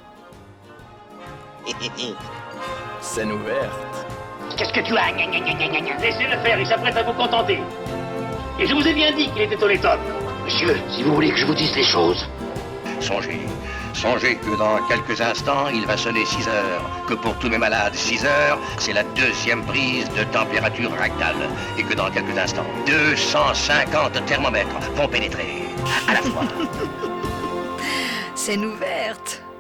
Scène ouverte. Qu'est-ce que tu as ? Laissez-le faire, il s'apprête à vous contenter. Et je vous ai bien dit qu'il était honnête homme. Monsieur, si vous voulez que je vous dise les choses. Songez que dans quelques instants, il va sonner 6 heures. Que pour tous mes malades, 6 heures, c'est la 2e prise de température rectale. Et que dans quelques instants, 250 thermomètres vont pénétrer à la fois. Scène ouverte.